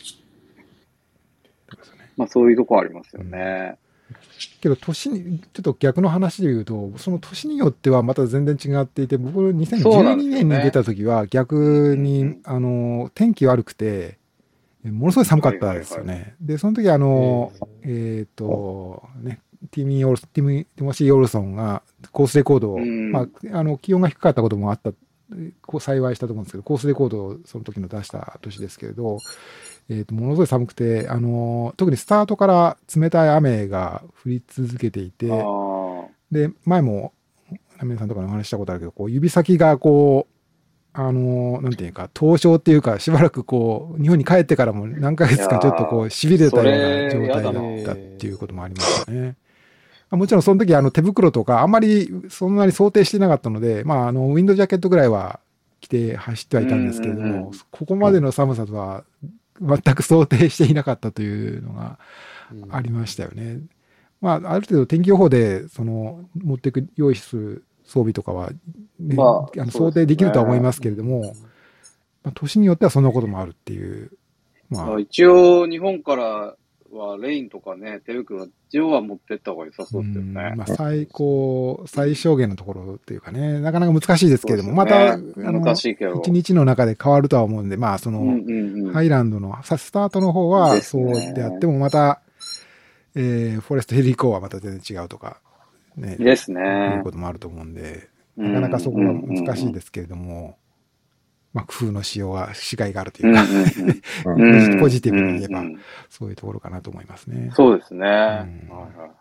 まあそういうとこありますよね。 けど年に、ちょっと逆の話で言うと、その年によってはまた全然違っていて、僕にせんじゅうにねんに出た時は逆に、ね、あの、天気悪くて、ものすごい寒かったですよね。はいはいはい、で、その時あの、えっ、ー、と、ね、ティミー・オルティム、ティモシー・オルソンがコースレコードを、まあ、あの、気温が低かったこともあった、こう幸いしたと思うんですけど、コースレコードをその時の出した年ですけれど、えっと、ものすごい寒くて、あのー、特にスタートから冷たい雨が降り続けていて、で、前も、ラメさんとかの話したことあるけど、こう、指先がこう、あのー、なんていうか、凍傷っていうか、しばらくこう、日本に帰ってからも何ヶ月かちょっとこう、痺れたような状態だったっていうこともありましたね。もちろんその時、あの、手袋とか、あんまりそんなに想定してなかったので、まあ、あの、ウィンドジャケットぐらいは着て走ってはいたんですけれども、ここまでの寒さとは、全く想定していなかったというのがありましたよね。うん、まあ、ある程度天気予報で、その、持っていく、用意する装備とかは、ね、 まあ、 あの想定できるとは思いますけれども、まあ、年によってはそんなこともあるっていう。 まあ、一応、日本からはレインとかね、手袋は一応は持ってった方が良さそうですよね。 まあ、最高、最小限のところっていうかね、なかなか難しいですけれども、ね、また、あの、 難しいけど一日の中で変わるとは思うんで、まあ、その、うんうんうん、ハイランドのスタートの方はそうであっても、また、えー、フォレストヒル以降はまた全然違うとか、ね。 ですね。 いうこともあると思うんで、なかなかそこは難しいですけれども、うんうんうん、まあ、工夫のしようは、しがいがあるというか、うんうんうん、ポジティブに言えば、そういうところかなと思いますね。 そうですね。うん、はいはいはい。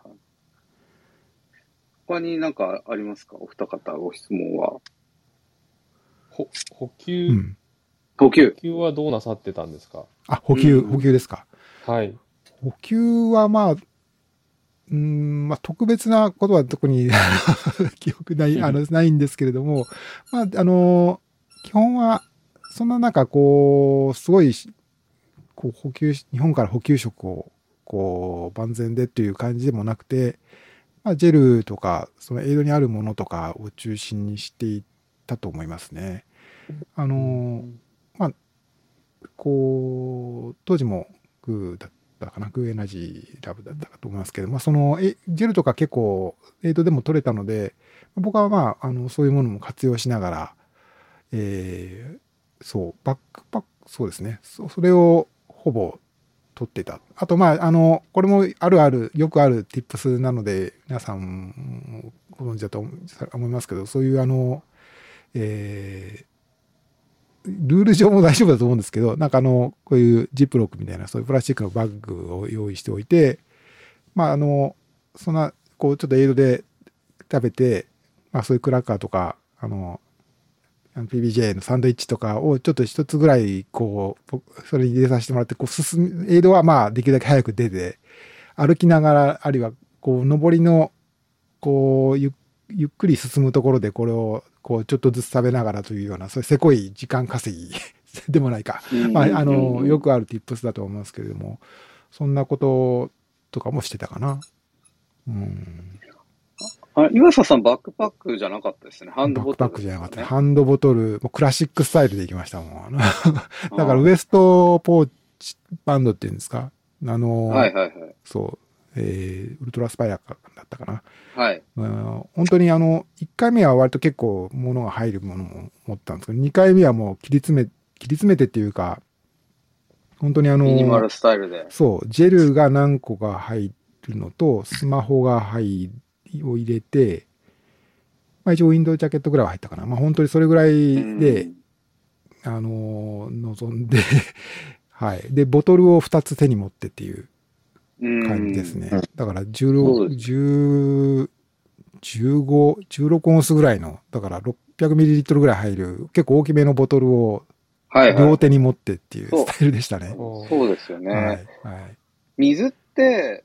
他になんかありますか、お二方ご質問は。 ほ補給、 うん、 補給。 補給はどうなさってたんですか？ あ、補給、補給ですか。 はい。 補給はまあ、うん、まあ、特別なことは特に記憶ない、あの、ないんですけれども、まあ、あの、基本は、そんな中、こう、すごい、こう、補給、日本から補給食を、こう、万全でっていう感じでもなくて、まあ、ジェルとか、そのエイドにあるものとかを中心にしていったと思いますね。あの、まあ、こう、当時もグーだったかな、グーエナジーラブだったかと思いますけど、まあ、その、え、ジェルとか結構、エイドでも取れたので、僕はまあ、あの、そういうものも活用しながら、えー、そう、バックパック、そうですね。そ, それをほぼ取ってた。あと、まあ、あの、これもあるある、よくある tips なので、皆さんご存知だと思いますけど、そういうあの、えー、ルール上も大丈夫だと思うんですけど、なんかあの、こういうジップロックみたいな、そういうプラスチックのバッグを用意しておいて、まあ、あの、そんな、こう、ちょっとエイドで食べて、まあ、そういうクラッカーとか、あの、ピービージェー のサンドイッチとかをちょっと一つぐらい、こう、それに入れさせてもらって、こう進む、エイドはまあできるだけ早く出て、歩きながら、あるいは、こう、上りの、こう、ゆ、ゆっくり進むところでこれを、こう、ちょっとずつ食べながらというような、そういうせこい時間稼ぎでもないか。まあ、あの、よくある tips だと思いますけれども、そんなこととかもしてたかな。うん。 あ、岩佐さんバックパックじゃなかったですね。ハンドボトル、ね、 バックパックじゃなかった。ハンドボトル、もうクラシックスタイルで行きましたもん。だからウエストポーチバンドっていうんですか。あの、 はいはいはい。 そう、えー、ウルトラスパイラーだったかな。 はい。 本当にあの、いっかいめは割と結構物が入るものも持ったんですけど、にかいめはもう切り詰め、切り詰めてっていうか、本当にあの、 ミニマルスタイルで。 そう、ジェルが何個か入るのと、スマホが入る、を入れて、まあ一応ウィンドウジャケットぐらいは入ったかな。まあ本当にそれぐらいで、あのー、望んで、はい。で、ボトルをふたつ手に持ってっていう感じですね。だからじゅうろく、じゅう、じゅうご、じゅうろくオンスぐらいの、だからろっぴゃくミリリットルぐらい入る、結構大きめのボトルを両手に持ってっていうスタイルでしたね。 はいはい、そうですよね。はい。はい、水って、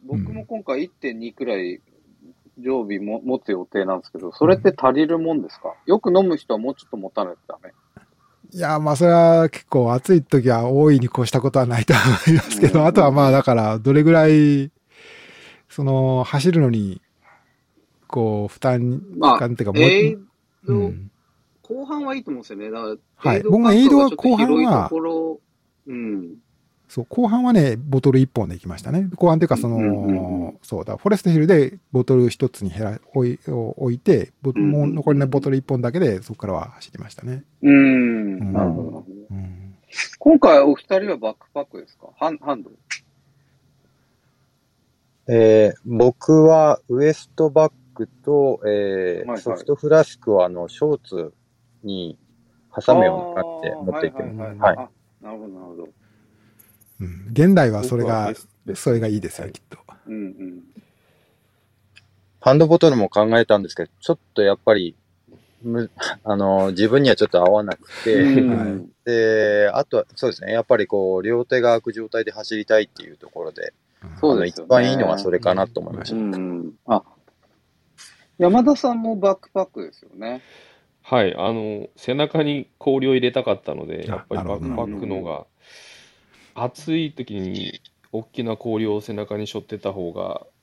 僕も今回 いってんに くらい、常備も持つ予定なんですけど、それって足りるもんですか？よく飲む人はもうちょっと持たないとダメ？ いや、まあそれは結構暑い時は大いに越したことはないと思いますけど、あとはまあだからどれぐらい、その走るのに、こう負担感っていうか、 まあ、エイド、うん、後半はいいと思うんですよね。だから、 はい。僕もエイドは後半は、 うん。 そう、後半はね、ボトルいっぽんで行きましたね。後半っていうか、その、うんうんうん、そうだ、フォレストヒルでボトルひとつに減ら、置い、置いて、もう残りのボトルいっぽんだけで、そこからは走りましたね。 うん。なるほど。うん、今回お二人はバックパックですか？ハン、ハンド？ えー、僕はウエストバッグと、えーはいはい、ソフトフラスクをあの、ショーツに挟むような感じで持っていってます。はいはいはいはい、 あ、なるほど、なるほど。 うん、現代はそれが、それがいいですよ、きっと。 うんうん。 ハンドボトルも考えたんですけど、ちょっとやっぱり、むあの、自分にはちょっと合わなくて、うん、で、あとは、そうですね、やっぱりこう、両手が空く状態で走りたいっていうところで、そうですね、一番いいのはそれかなと思いました。うんうん、 あ、山田さんもバックパックですよね。 はい、あの、背中に氷を入れたかったので、やっぱりバックパックのが、暑い時に大きな氷を背中に背負ってた方が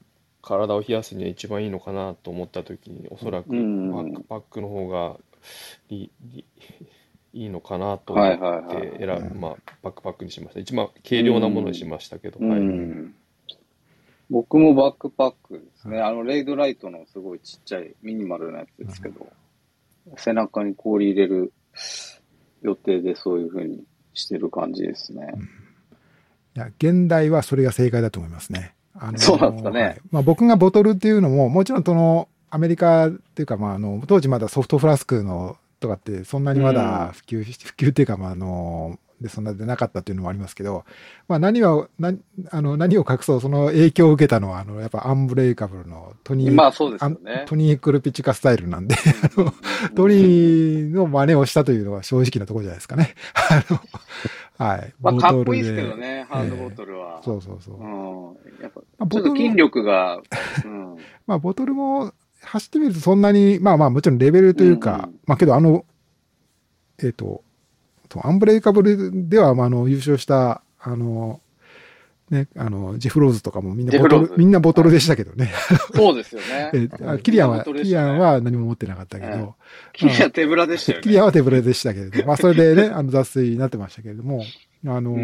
体を冷やすには一番いいのかなと思ったときに、おそらくバックパックの方がいい、いいいのかなと思って選ぶ、まあ、バックパックにしました。一番軽量なものにしましたけど。はい、 僕もバックパックですね。あの、レイドライトのすごいちっちゃいミニマルなやつですけど、うん、背中に氷入れる予定でそういう風にしてる感じですね。うん、いや、現代はそれが正解だと思いますね。あのー、 そうなんですかね。はい、 まあ、僕がボトルっていうのも、もちろんその、アメリカっていうか、まあ、あの、当時まだソフトフラスクのとかって、そんなにまだ普及、うん、普及っていうか、まあ、あの、で、そんなでなかったっていうのもありますけど、まあ、何は、なあの、何を隠そう、その影響を受けたのは、あの、やっぱアンブレイカブルのトニー、 まあ、そうですよね。 トニー・クルピチカスタイルなんで、あの、トニーの真似をしたというのは正直なところじゃないですかね。あの、はい。 まあ、かっこいいですけどね、ハードボトルは。 えー、そうそうそう。 うん。やっぱ、ちょっと筋力が、うん。 まあ、ボトルも走ってみるとそんなに、まあまあ、もちろんレベルというか、うんうん、まあけど、あの、えっと、アンブレイカブルでは、まあ、あの、優勝した、あの、ね、あの、ジェフローズとかもみんなボトル、みんなボトルでしたけどね。 そうですよね。 えキリアンは、キリアンは何も持ってなかったけど。えー、 キリアン手ぶらでしたよね。 キリアンは手ぶらでしたけれど、まあ、それでね、あの、脱水になってましたけれども、あの、うん、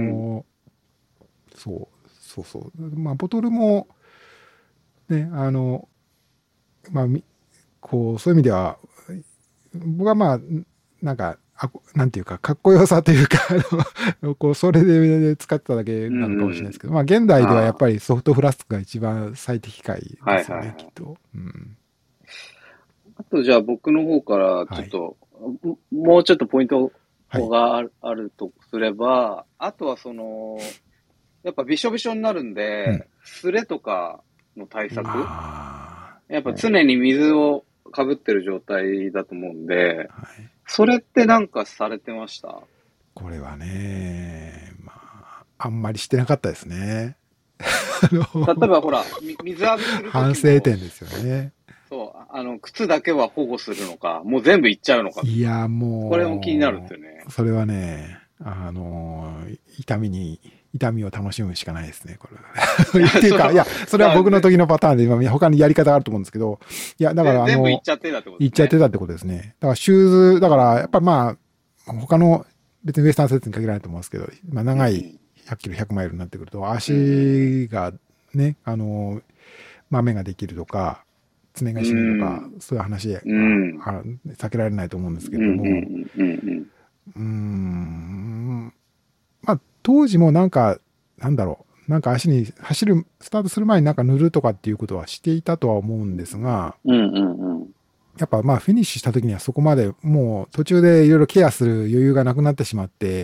そう、そうそう。まあ、ボトルも、ね、あの、まあ、こう、そういう意味では、僕はまあ、なんか、あなんていうか、かっこよさというか、あの、こう、それで使ってただけなのかもしれないですけど、うん、まあ、現代ではやっぱりソフトフラスクが一番最適解ですよね、はいはいはい、きっと。うん、 あと、じゃあ僕の方からちょっと、はい、もうちょっとポイントがある、はい、あるとすれば、あとはその、やっぱびしょびしょになるんで、うん、スレとかの対策、やっぱ常に水をかぶってる状態だと思うんで、はい、それってなんかされてました？ これはね、まあ、あんまりしてなかったですね。 例えばほら、水浴びするときも反省点ですよね。 そう、あの、靴だけは保護するのか、もう全部いっちゃうのか。 いや、もう。 これも気になるんですよね。 それはね、あの、痛みに、痛みを楽しむしかないですね、これは。っていうか、いや、それは僕の時のパターンで、今、他にやり方があると思うんですけど、いや、だから、あの、 全部いっちゃってたってことですね。 いっちゃってたってことですね。だから、シューズ、だから、やっぱまあ、他の、別にウエスタンセットに限らないと思うんですけど、まあ、長いひゃっキロ、ひゃくマイルになってくると、足がね、あの、豆ができるとか、爪が死ぬとか、そういう話、うん、避けられないと思うんですけれども、うーん、まあ、当時もなんか、なんだろう、なんか足に走る、スタートする前になんか塗るとかっていうことはしていたとは思うんですが、 うんうんうん、 やっぱまあフィニッシュした時にはそこまでもう途中でいろいろケアする余裕がなくなってしまって、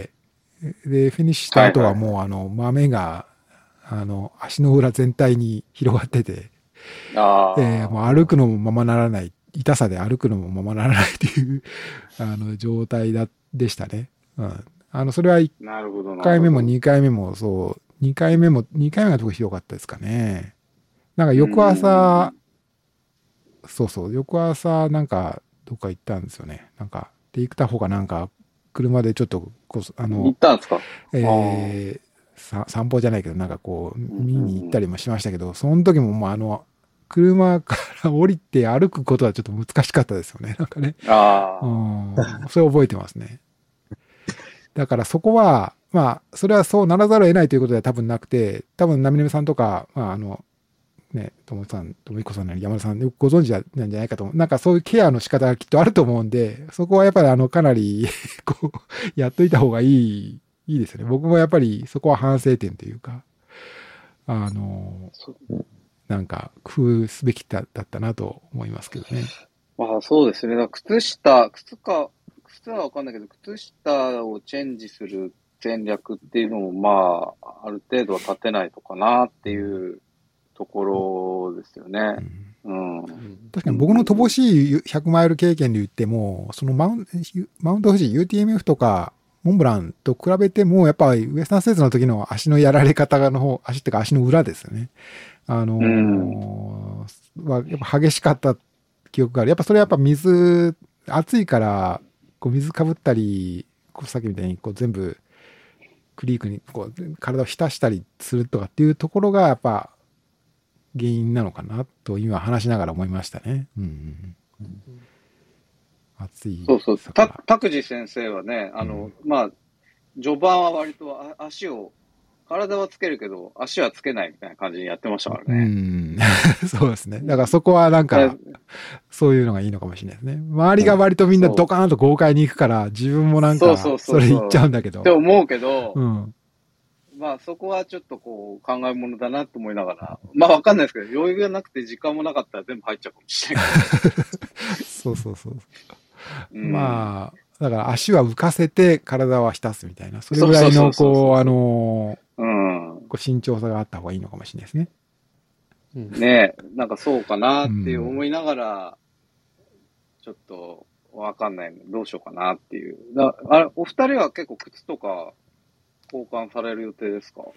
で、フィニッシュした後はもうあの豆が、あの足の裏全体に広がってて、 あえー、もう歩くのもままならない、痛さで歩くのもままならないっていうあの状態だでしたね。うん、あのそれはいっかいめもにかいめもそう、にかいめもにかいめが特にひどかったですかね。なんか翌朝、そうそう、翌朝なんかどっか行ったんですよね。なんかで行った方がなんか車でちょっとこうあの行ったんですか。 えー散歩じゃないけど、なんかこう、見に行ったりもしましたけど、その時ももうあの、車から降りて歩くことはちょっと難しかったですよね。なんかね。 ああ。 うん。それ覚えてますね。だからそこは、まあ、それはそうならざるを得ないということでは多分なくて、多分、なみねみさんとか、まあ、あの、ね、ともさん、ともいこさんなり山田さん、よくご存知なんじゃないかと思う。なんかそういうケアの仕方がきっとあると思うんで、そこはやっぱりあの、かなりこう、やっといた方がいい、いいですよね。僕もやっぱりそこは反省点というか、あの、なんか工夫すべきだったなと思いますけどね。 まあそうですね。だ靴下、靴か、靴はわかんないけど、靴下をチェンジする戦略っていうのも、まあ、ある程度は立てないとかなっていうところですよね。うんうん、 確かに僕の乏しいひゃくマイル経験で言っても、そのマウンマウント富士 ユーティーエムエフ とか、モンブランと比べても、やっぱりウエスタンステーツの時の足のやられ方の方、足っていうか足の裏ですよね。あのー、うん、はやっぱ激しかった記憶がある。やっぱそれはやっぱ水、暑いから、こう水かぶったり、こうさっきみたいにこう全部クリークにこう体を浸したりするとかっていうところがやっぱ原因なのかなと今話しながら思いましたね。うんうん、暑い。 そうそう。た、拓司先生はね、あの、うん、まあ、序盤は割と足を、体はつけるけど、足はつけないみたいな感じにやってましたからね。 うん。そうですね。だからそこはなんか、そういうのがいいのかもしれないですね。周りが割とみんなドカーンと豪快に行くから、自分もなんか、それ言っちゃうんだけど。 って思うけど、 うん。 まあそこはちょっとこう考えものだなと思いながら、まあわかんないですけど、余裕がなくて時間もなかったら全部入っちゃうかもしれない。 そうそうそう。うん、まあ、だから足は浮かせて体は浸すみたいな、それぐらいのこう、あの、うん、こう慎重さがあった方がいいのかもしれないですね。 うん、ねえ、なんかそうかなって思いながら、うん、ちょっとわかんないのどうしようかなっていう。だあれお二人は結構靴とか交換される予定ですか？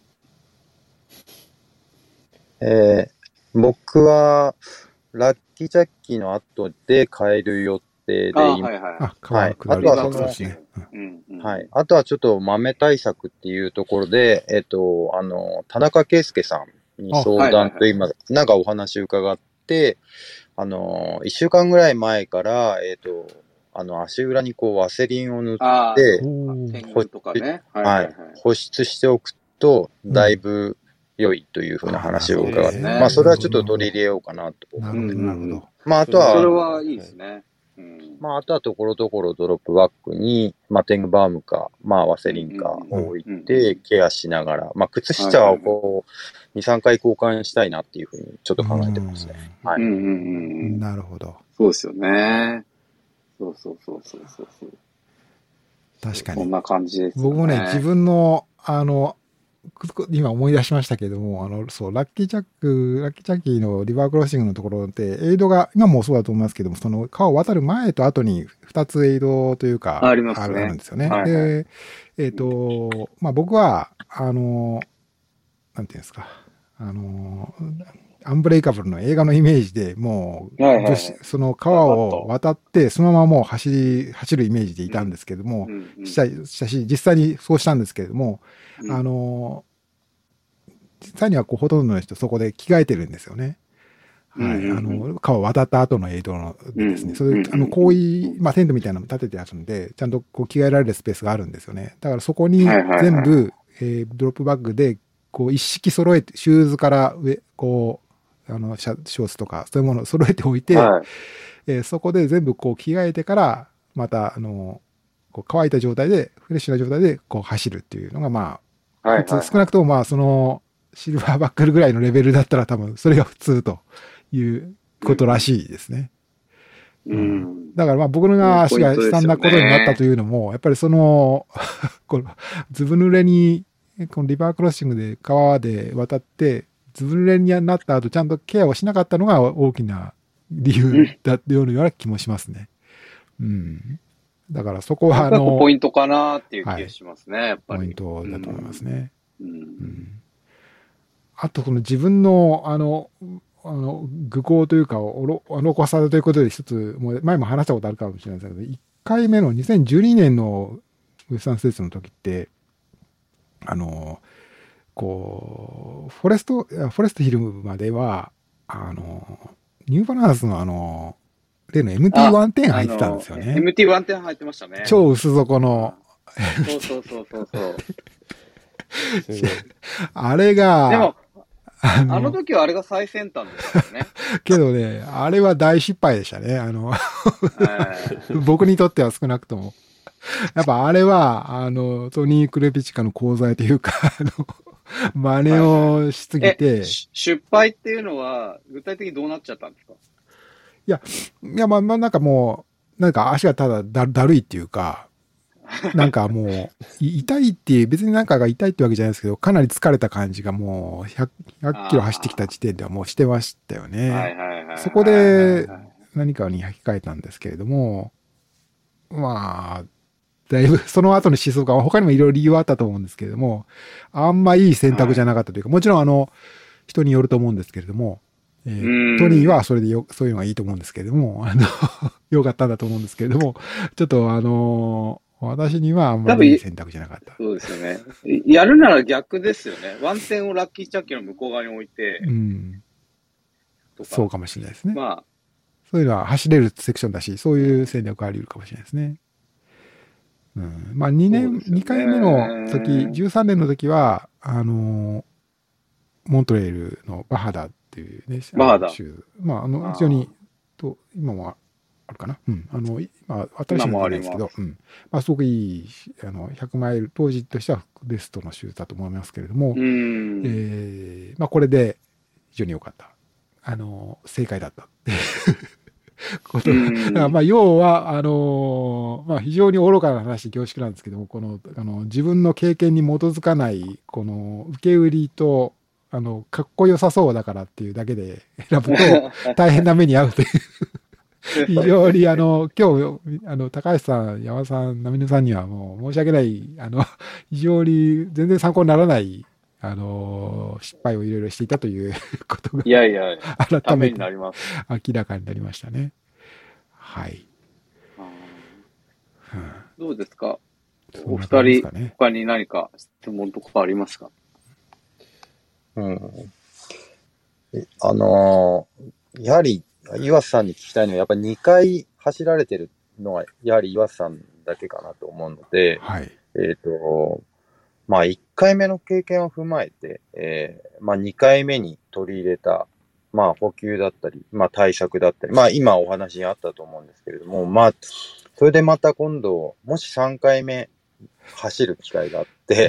えー、僕はラッキージャッキーの後で変える予定で、 あ、はいはい。 あ、変わるくらい。 あとはその、うんうん、はい。あとはちょっと豆対策っていうところで、えっと、あの、田中圭介さんに相談と今、なんかお話伺って、あの、一週間ぐらい前から、えっと、あの、足裏にこう、ワセリンを塗って、 とかね、 はい、保湿しておくと、だいぶ良いというふうな話を伺って、うん、まあ、それはちょっと取り入れようかなと思ってます。まあ、あとは、 それはいいですね。 うん、まあ、あとはところどころドロップバッグに、まあ、テングバームか、まあ、ワセリンか置いて、ケアしながら、まあ、靴下をこう、に、さんかい交換したいなっていうふうにちょっと考えてますね。はい。 なるほど。 そうですよね。そうそうそうそうそうそう。 確かに。 そんな感じです、ね。 僕もね、自分の、あの、今思い出しましたけども、あの、そう、ラッキーチャック、ラッキーチャッキーのリバークロッシングのところで、エイドが、今もそうだと思いますけども、その川を渡る前と後にふたつエイドというか、 ありますね。 あるんですよね。はいはい、で、えっ、ー、と、まあ、僕は、あの、なんていうんですか、あの、アンブレイカブルの映画のイメージでもう、はいはいはい、その川を渡って、そのままもう走り、走るイメージでいたんですけども、うんうん、したしたし、実際にそうしたんですけれども、うん、あの、実際にはこうほとんどの人そこで着替えてるんですよね。はい。うんうん、あの、川を渡った後のエイドのですね、うん、それで、あの、更衣、まあ、テントみたいなのも立ててあるんで、ちゃんとこう着替えられるスペースがあるんですよね。だからそこに全部、はいはいはい、えー、ドロップバッグで、こう一式揃えて、シューズから上、こう、あの、シャショーツとか、そういうものを揃えておいて、はい、えー、そこで全部こう着替えてから、また、あの、こう乾いた状態で、フレッシュな状態でこう走るっていうのが、まあ、はいはいはい、普通、少なくともまあ、その、シルバーバックルぐらいのレベルだったら多分、それが普通ということらしいですね。 うん。うん、 だからまあ、僕が足が悲惨なことになったというのも、ね、やっぱりその、この、ずぶ濡れに、このリバークロッシングで川で渡って、ずぶ濡れになった後、ちゃんとケアをしなかったのが大きな理由だったような気もしますね。うん。だからそこはあの。 ポイントかなっていう気がしますね、はい、やっぱり。 ポイントだと思いますね。 うん。うんうん、 あと、この自分の、あの、あの、愚行というか、おろ、おろこさということで一つ、もう前も話したことあるかもしれないですけど、いっかいめのにせんじゅうにねんのウエスタンステーツの時って、あの、こう、フォレスト、フォレストヒルまでは、あの、ニューバランスのあの、例の エムティーひゃくてん入ってたんですよね。 エムティーひゃくてん入ってましたね。 超薄底の。 そうそうそうそうそう。 あれが、 でも、あの、あの時はあれが最先端でしたね。 けどね、あれは大失敗でしたね。あの、僕にとっては少なくとも。やっぱあれは、あの、トニー・クレピチカの功罪というか、あの、真似をしすぎて、はいはい、 失敗っていうのは、具体的にどうなっちゃったんですか？ いや、いや、まあ、まあ、なんかもう、なんか足がただだ、だるいっていうか、なんかもう、痛いっていう、別になんかが痛いってわけじゃないですけど、かなり疲れた感じがもうひゃく、ひゃっキロ走ってきた時点ではもうしてましたよね。 はいはいはい、 そこで何かに履き替えたんですけれども、まあ、だいぶ、その後の思想が他にもいろいろ理由はあったと思うんですけれども、あんまいい選択じゃなかったというか、はい、もちろんあの、人によると思うんですけれども、えー、トニーはそれでよ、そういうのがいいと思うんですけれども、あの、良かったんだと思うんですけれども、ちょっとあの、私にはあんまりいい選択じゃなかった。 そうですよね。やるなら逆ですよね。ワンテンをラッキーチャッキーの向こう側に置いて、 うん、 とか。 そうかもしれないですね。 まあ。 そういうのは走れるセクションだし、そういう戦略があり得るかもしれないですね。うん。まあにねん、ね、にかいめの時、じゅうさんねんの時は、あの、モントレールのバハダっていうね、 バハダ。 州。まあ、あの、非常に、と、今もあるかな。うん。あの、まあ、新しいのはないですけど、うん。まあ、すごくいい、あの、ひゃくマイル、当時としてはベストの州だと思いますけれども、えー、まあ、これで非常に良かった。あの、正解だったっていうことが、まあ、要は、あの、まあ、非常に愚かな話、恐縮なんですけども、この、あの、自分の経験に基づかない、この、受け売りと、あの、かっこよさそうだからっていうだけで選ぶと、大変な目に遭うという。非常に、あの、今日、あの、高橋さん、山田さん、波野さんにはもう申し訳ない、あの、非常に全然参考にならない、あの、失敗をいろいろしていたということが、 いやいや、 改めて明らかになりましたね。はい。 うん、どうですかお二人、ね、他に何か質問とかありますか？ うん。あのー、やはり、岩瀬さんに聞きたいのは、やっぱりにかい走られてるのは、やはり岩瀬さんだけかなと思うので、 はい。 えっと、まあ、いっかいめの経験を踏まえて、えー、まあ、にかいめに取り入れた、まあ、補給だったり、まあ、対策だったり、まあ、今お話にあったと思うんですけれども、まあ、それでまた今度、もしさんかいめ走る機会があって、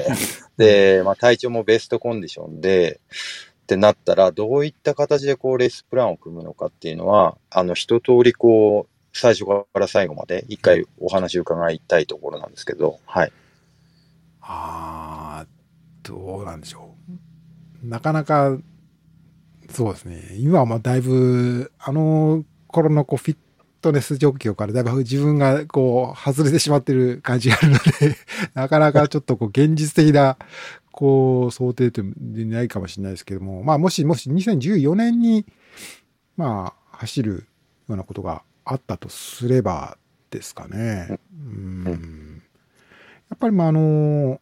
で、まあ、体調もベストコンディションで、ってなったら、どういった形でこうレースプランを組むのかっていうのは、あの、一通りこう、最初から最後まで一回お話を伺いたいところなんですけど、はい。 ああ、どうなんでしょう。なかなか、そうですね。今はまあだいぶ、あの頃のこうフィットネス状況からだいぶ自分がこう外れてしまってる感じがあるので、なかなかちょっとこう現実的な、こう想定ってないかもしれないですけども、まあもしもしにせんじゅうよねんに、まあ走るようなことがあったとすればですかね。うん。やっぱりまああの、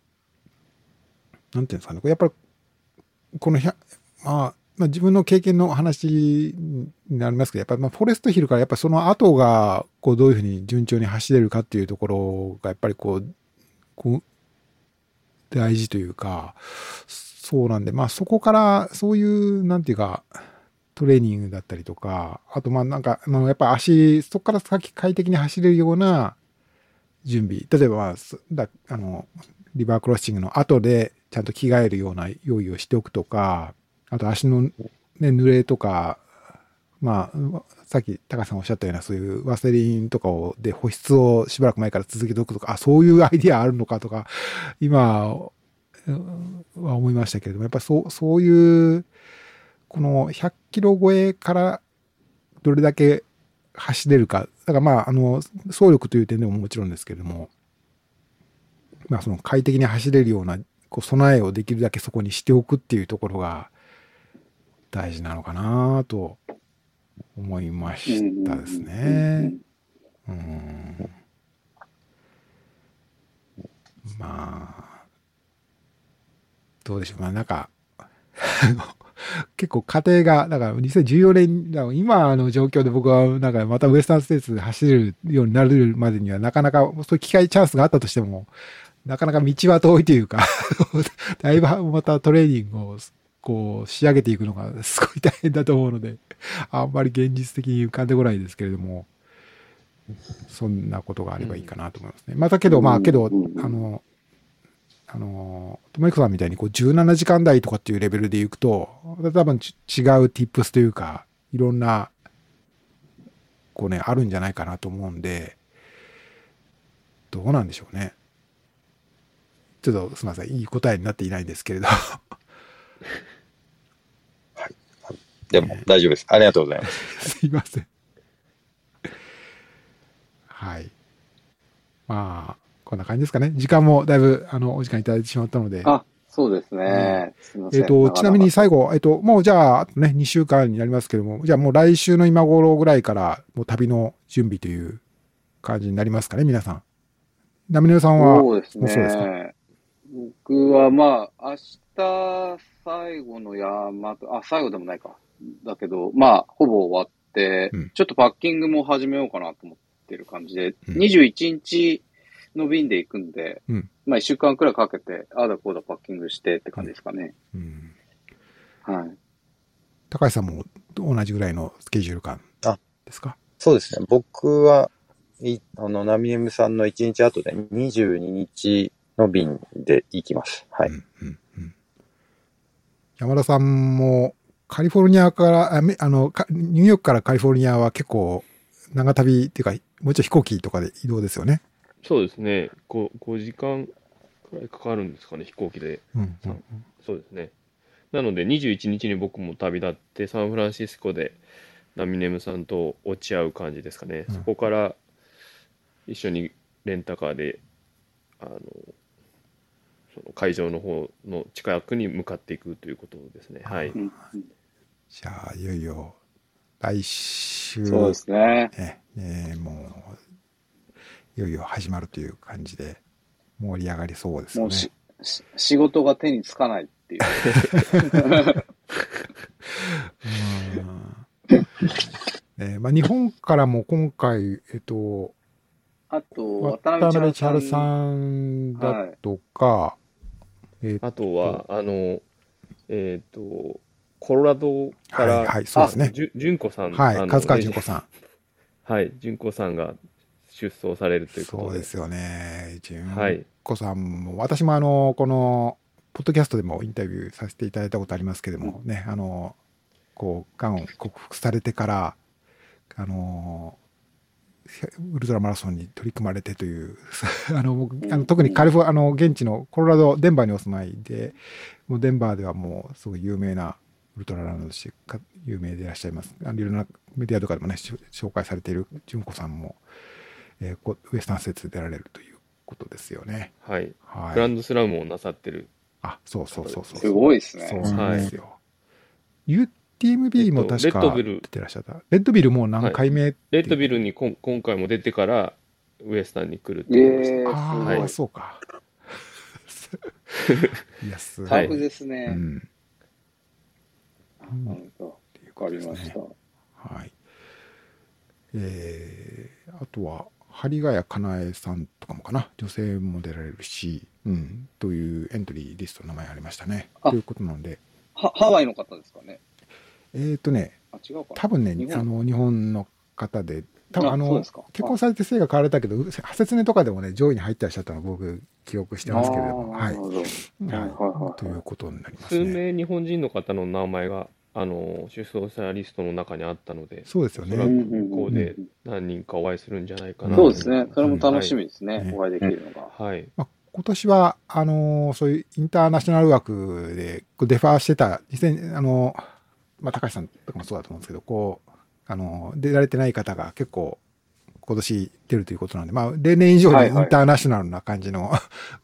なんていうんですかね。やっぱり、この、まあ、まあ、自分の経験の話になりますけど、やっぱりまあフォレストヒルからやっぱりその後が、こうどういうふうに順調に走れるかっていうところが、やっぱりこう、こう、大事というか、そうなんで、まあそこから、そういう、なんていうか、トレーニングだったりとか、あとまあなんか、あのやっぱ足、そこから先快適に走れるような準備。例えば、まあ、だあの、リバークロッシングの後でちゃんと着替えるような用意をしておくとか、あと足の、ね、濡れとか、まあ、さっき高橋さんおっしゃったようなそういうワセリンとかをで保湿をしばらく前から続けておくとか、あ、そういうアイディアあるのかとか、今は思いましたけれども、やっぱりそう、そういう、このひゃっキロ超えからどれだけ走れるか。だからまあ、あの、走力という点でももちろんですけれども、まあその快適に走れるようなこう備えをできるだけそこにしておくっていうところが大事なのかなと思いましたですね。うん。まあ、どうでしょう。まあなんか、結構家庭が、だからにせんじゅうよねん、今の状況で僕はなんかまたウエスタンステーツで走れるようになるまでにはなかなかそういう機会チャンスがあったとしても、なかなか道は遠いというか、だいぶまたトレーニングをこう仕上げていくのがすごい大変だと思うので、あんまり現実的に浮かんでこないですけれども、そんなことがあればいいかなと思いますね。またけど、まあけど、あの、あの、ともいこさんみたいにこうじゅうななじかん台とかっていうレベルでいくと、多分違う tips というか、いろんな、こうね、あるんじゃないかなと思うんで、どうなんでしょうね。ちょっとすみません、いい答えになっていないんですけれど。はい。 でも大丈夫です。ありがとうございます。 すいません。はい。まあ、こんな感じですかね。時間もだいぶ、あの、お時間いただいてしまったので。 あ、そうですね。 うん、すみません。えっ、ー、と、ちなみに最後、えっ、ー、と、もうじゃあ、ね、にしゅうかんになりますけども、じゃあもう来週の今頃ぐらいから、もう旅の準備という感じになりますかね、皆さん。ナミネさんは、 そうですね。そうですか。僕はまあ、明日最後の山と、あ、最後でもないか。 だけど、まあ、ほぼ終わって、 うん、 ちょっとパッキングも始めようかなと思ってる感じで、 うん、 にじゅういちにちの便で行くんで、 うん、 まあいっしゅうかんくらいかけて、ああだこうだパッキングしてって感じですかね。 うんうん、はい。 高橋さんも同じぐらいのスケジュール感ですか？ そうですね。僕は、いあの、ナミエムさんのいちにち後でにじゅうににちの便で行きます。はい。うんうんうん、 山田さんもカリフォルニアから、ああの、ニューヨークからカリフォルニアは結構長旅っていうか、もうちょい飛行機とかで移動ですよね。 そうですね。ご, ごじかんくらいかかるんですかね、飛行機で。 うんうんうん、 そうですね。なのでにじゅういちにちに僕も旅立ってサンフランシスコでナミネムさんと落ち合う感じですかね、うん、そこから一緒にレンタカーであのその会場の方の近くに向かっていくということですね。はい。 じゃあいよいよ来週そうですね。 ね、ねもういよいよ始まるという感じで盛り上がりそうですね。もうしし仕事が手につかないっていう。 うんえーまあ、日本からも今回、えっと、 あと、 渡辺千春さんだとか、はい、 えー、あとは、あの、えっ、ー、と、コロラドから、 はいはい、そうですね。 純子さん。 はい、勝川純子さん。 はい、純子さんが出走されるということで。 そうですよね。純子さんも、はい、私もあの、この、ポッドキャストでもインタビューさせていただいたことありますけども、ね、あの、こう、がんを克服されてから、あの、ウルトラマラソンに取り組まれてという、あの、僕、あの特にカリフォルニア、あの、現地のコロラド、デンバーにお住まいで、もうデンバーではもう、すごい有名なウルトラランナーとして有名でいらっしゃいます。あのいろんなメディアとかでもね、紹介されている純子さんも、えー、ウエスタンステーツで出られるということですよね。 はい。はい、グランドスラムをなさってる。 あ、そうそうそうそう。 すごいですね。 そうなんですよ。はい、ユーティーエムビー も確か出てらっしゃった。レッドビルもう何回目、はい、 レッドビルにこ今回も出てからウエスタンに来るって言いました。 えー、 ああ、 はい、 そうか。いや、すごい。 タフですね。 うん。 なるほど。わかりました。 はい。えー、あとは、針ヶ谷かなえさんとかもかな。女性も出られるし、うん。というエントリーリストの名前ありましたね。ということなので。 はハワイの方ですかね。 えっ、ー、とね、 あ違うか多分ね、日本あの日本の方で、多分あの結婚されて姓が変われたけど、派切ねとかでもね、上位に入ってらっしゃったのを僕、記憶してますけれども、はい。はい。ということになりますね。 数名日本人の方の名前が、あの、出走者リストの中にあったので、 そうですよね。 ここで何人かお会いするんじゃないかな、 そうですね。それも楽しみですね。うん、お会いできるのが。 はい。 まあ今年は、あのー、そういうインターナショナル枠でデファーしてた、にせんあのー、まあ、高橋さんとかもそうだと思うんですけど、こう、あのー、出られてない方が結構、今年出るということなんで、まあ、例年以上にインターナショナルな感じの、はいはい、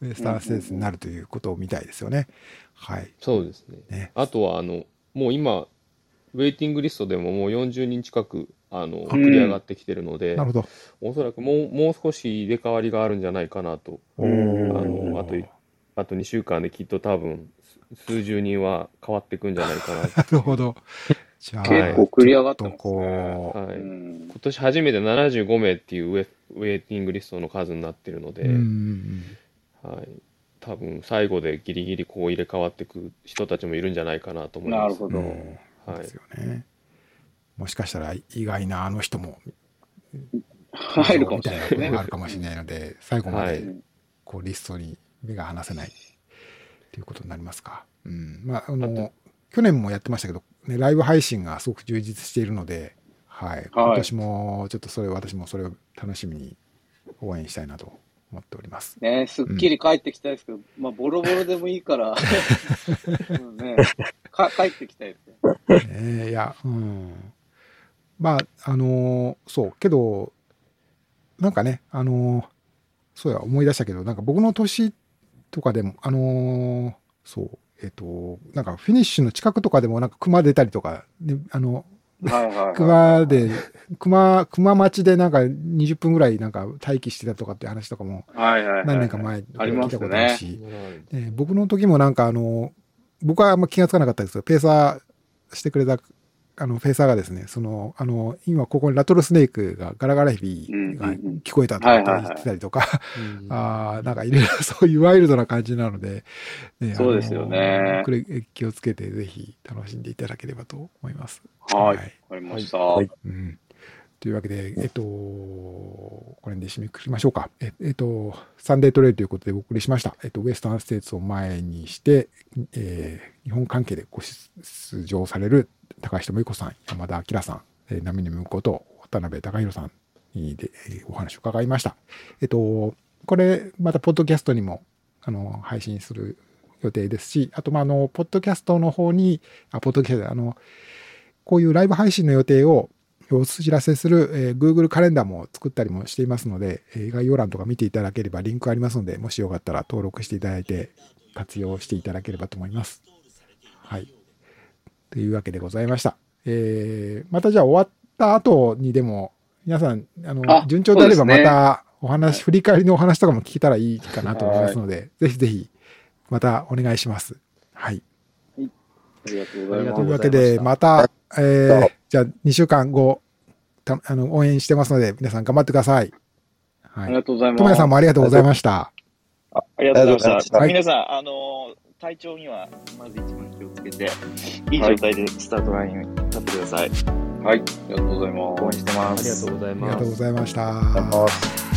ウエスタンステーツになるということみたいですよね。はい。 そうですね。ね、あとは、あの、もう今、ウェイティングリストでももうよんじゅうにん近く、あの、繰り上がってきてるので、 なるほど。 おそらくもう、もう少し入れ替わりがあるんじゃないかなと。あの、あと、あとにしゅうかんできっと多分、数十人は変わっていくんじゃないかな。 なるほど。 じゃあ、結構繰り上がってますね。 こう、はい。今年初めてななじゅうごめいっていうウェ、ウェイティングリストの数になってるので、はい。多分、最後でギリギリこう入れ替わっていく人たちもいるんじゃないかなと思います。 なるほど。 はい。ですよね。もしかしたら意外なあの人も入るかもしれないね。 あるかもしれないので、最後までこうリストに目が離せないということになりますか。うん。まあ、あの、去年もやってましたけど、ね、ライブ配信がすごく充実しているので、はい。今年もちょっとそれ、私もそれを楽しみに応援したいなと思っております。 ね、すっきり帰ってきたいですけど、うん、まあ、ボロボロでもいいから、うんね、か帰ってきたいですね。 ね、いや、うん。まあ、あのー、そう、けど、なんかね、あのー、そうや、思い出したけど、なんか僕の年とかでも、あのー、そう、えっと、なんかフィニッシュの近くとかでもなんか熊出たりとか、ね、あの、 はいはいはい、 熊で、熊、熊町でなんかにじゅっぷんぐらいなんか待機してたとかって話とかも、何年か前に聞いたことあるし、で僕の時もなんかあの、僕はあんま気がつかなかったですけど、ペーサーしてくれたあの、フェーサーがですね、その、あの、今ここにラトルスネークがガラガラヘビが聞こえたとか言ってたりとか、ああ、なんかいろいろそういうワイルドな感じなので、 ね、そうですよね。 これ気をつけてぜひ楽しんでいただければと思います。 はい。わ、はい、かりました、はい。 うん。というわけで、えっと、これで締めくくりましょうか。え、えっと、サンデートレイルということでお送りしました。えっと、ウエスタンステーツを前にして、えー、日本関係でご出場される高橋智彦さん、山田明さん、えー、波の向こうと渡辺隆弘さんにで、えー、お話を伺いました。えっと、これ、またポッドキャストにも、あの、配信する予定ですし、あと、まあ、あの、ポッドキャストの方に、あ、ポッドキャストで、あの、こういうライブ配信の予定をお知らせする、えー、Google カレンダーも作ったりもしていますので、えー、概要欄とか見ていただければリンクありますので、もしよかったら登録していただいて活用していただければと思います。はい。というわけでございました。えー、またじゃあ終わった後にでも、皆さん、あの、あ順調であればまたお話、ね、振り返りのお話とかも聞けたらいいかなと思いますので、はい、ぜひぜひまたお願いします。はい。 はい、ありがとうございます。 というわけで、また、えー、じゃあにしゅうかんご、たあの応援してますので、皆さん頑張ってください。 はい、ありがとうございます。 ともやさんもありがとうございました。 あ, ありがとうございました。はい、皆さん、あの、体調にはまず一番気をつけて、いい状態でスタートラインに立ってください。 はい、ありがとうございます。 応援してます。 ありがとうございます。 ありがとうございました。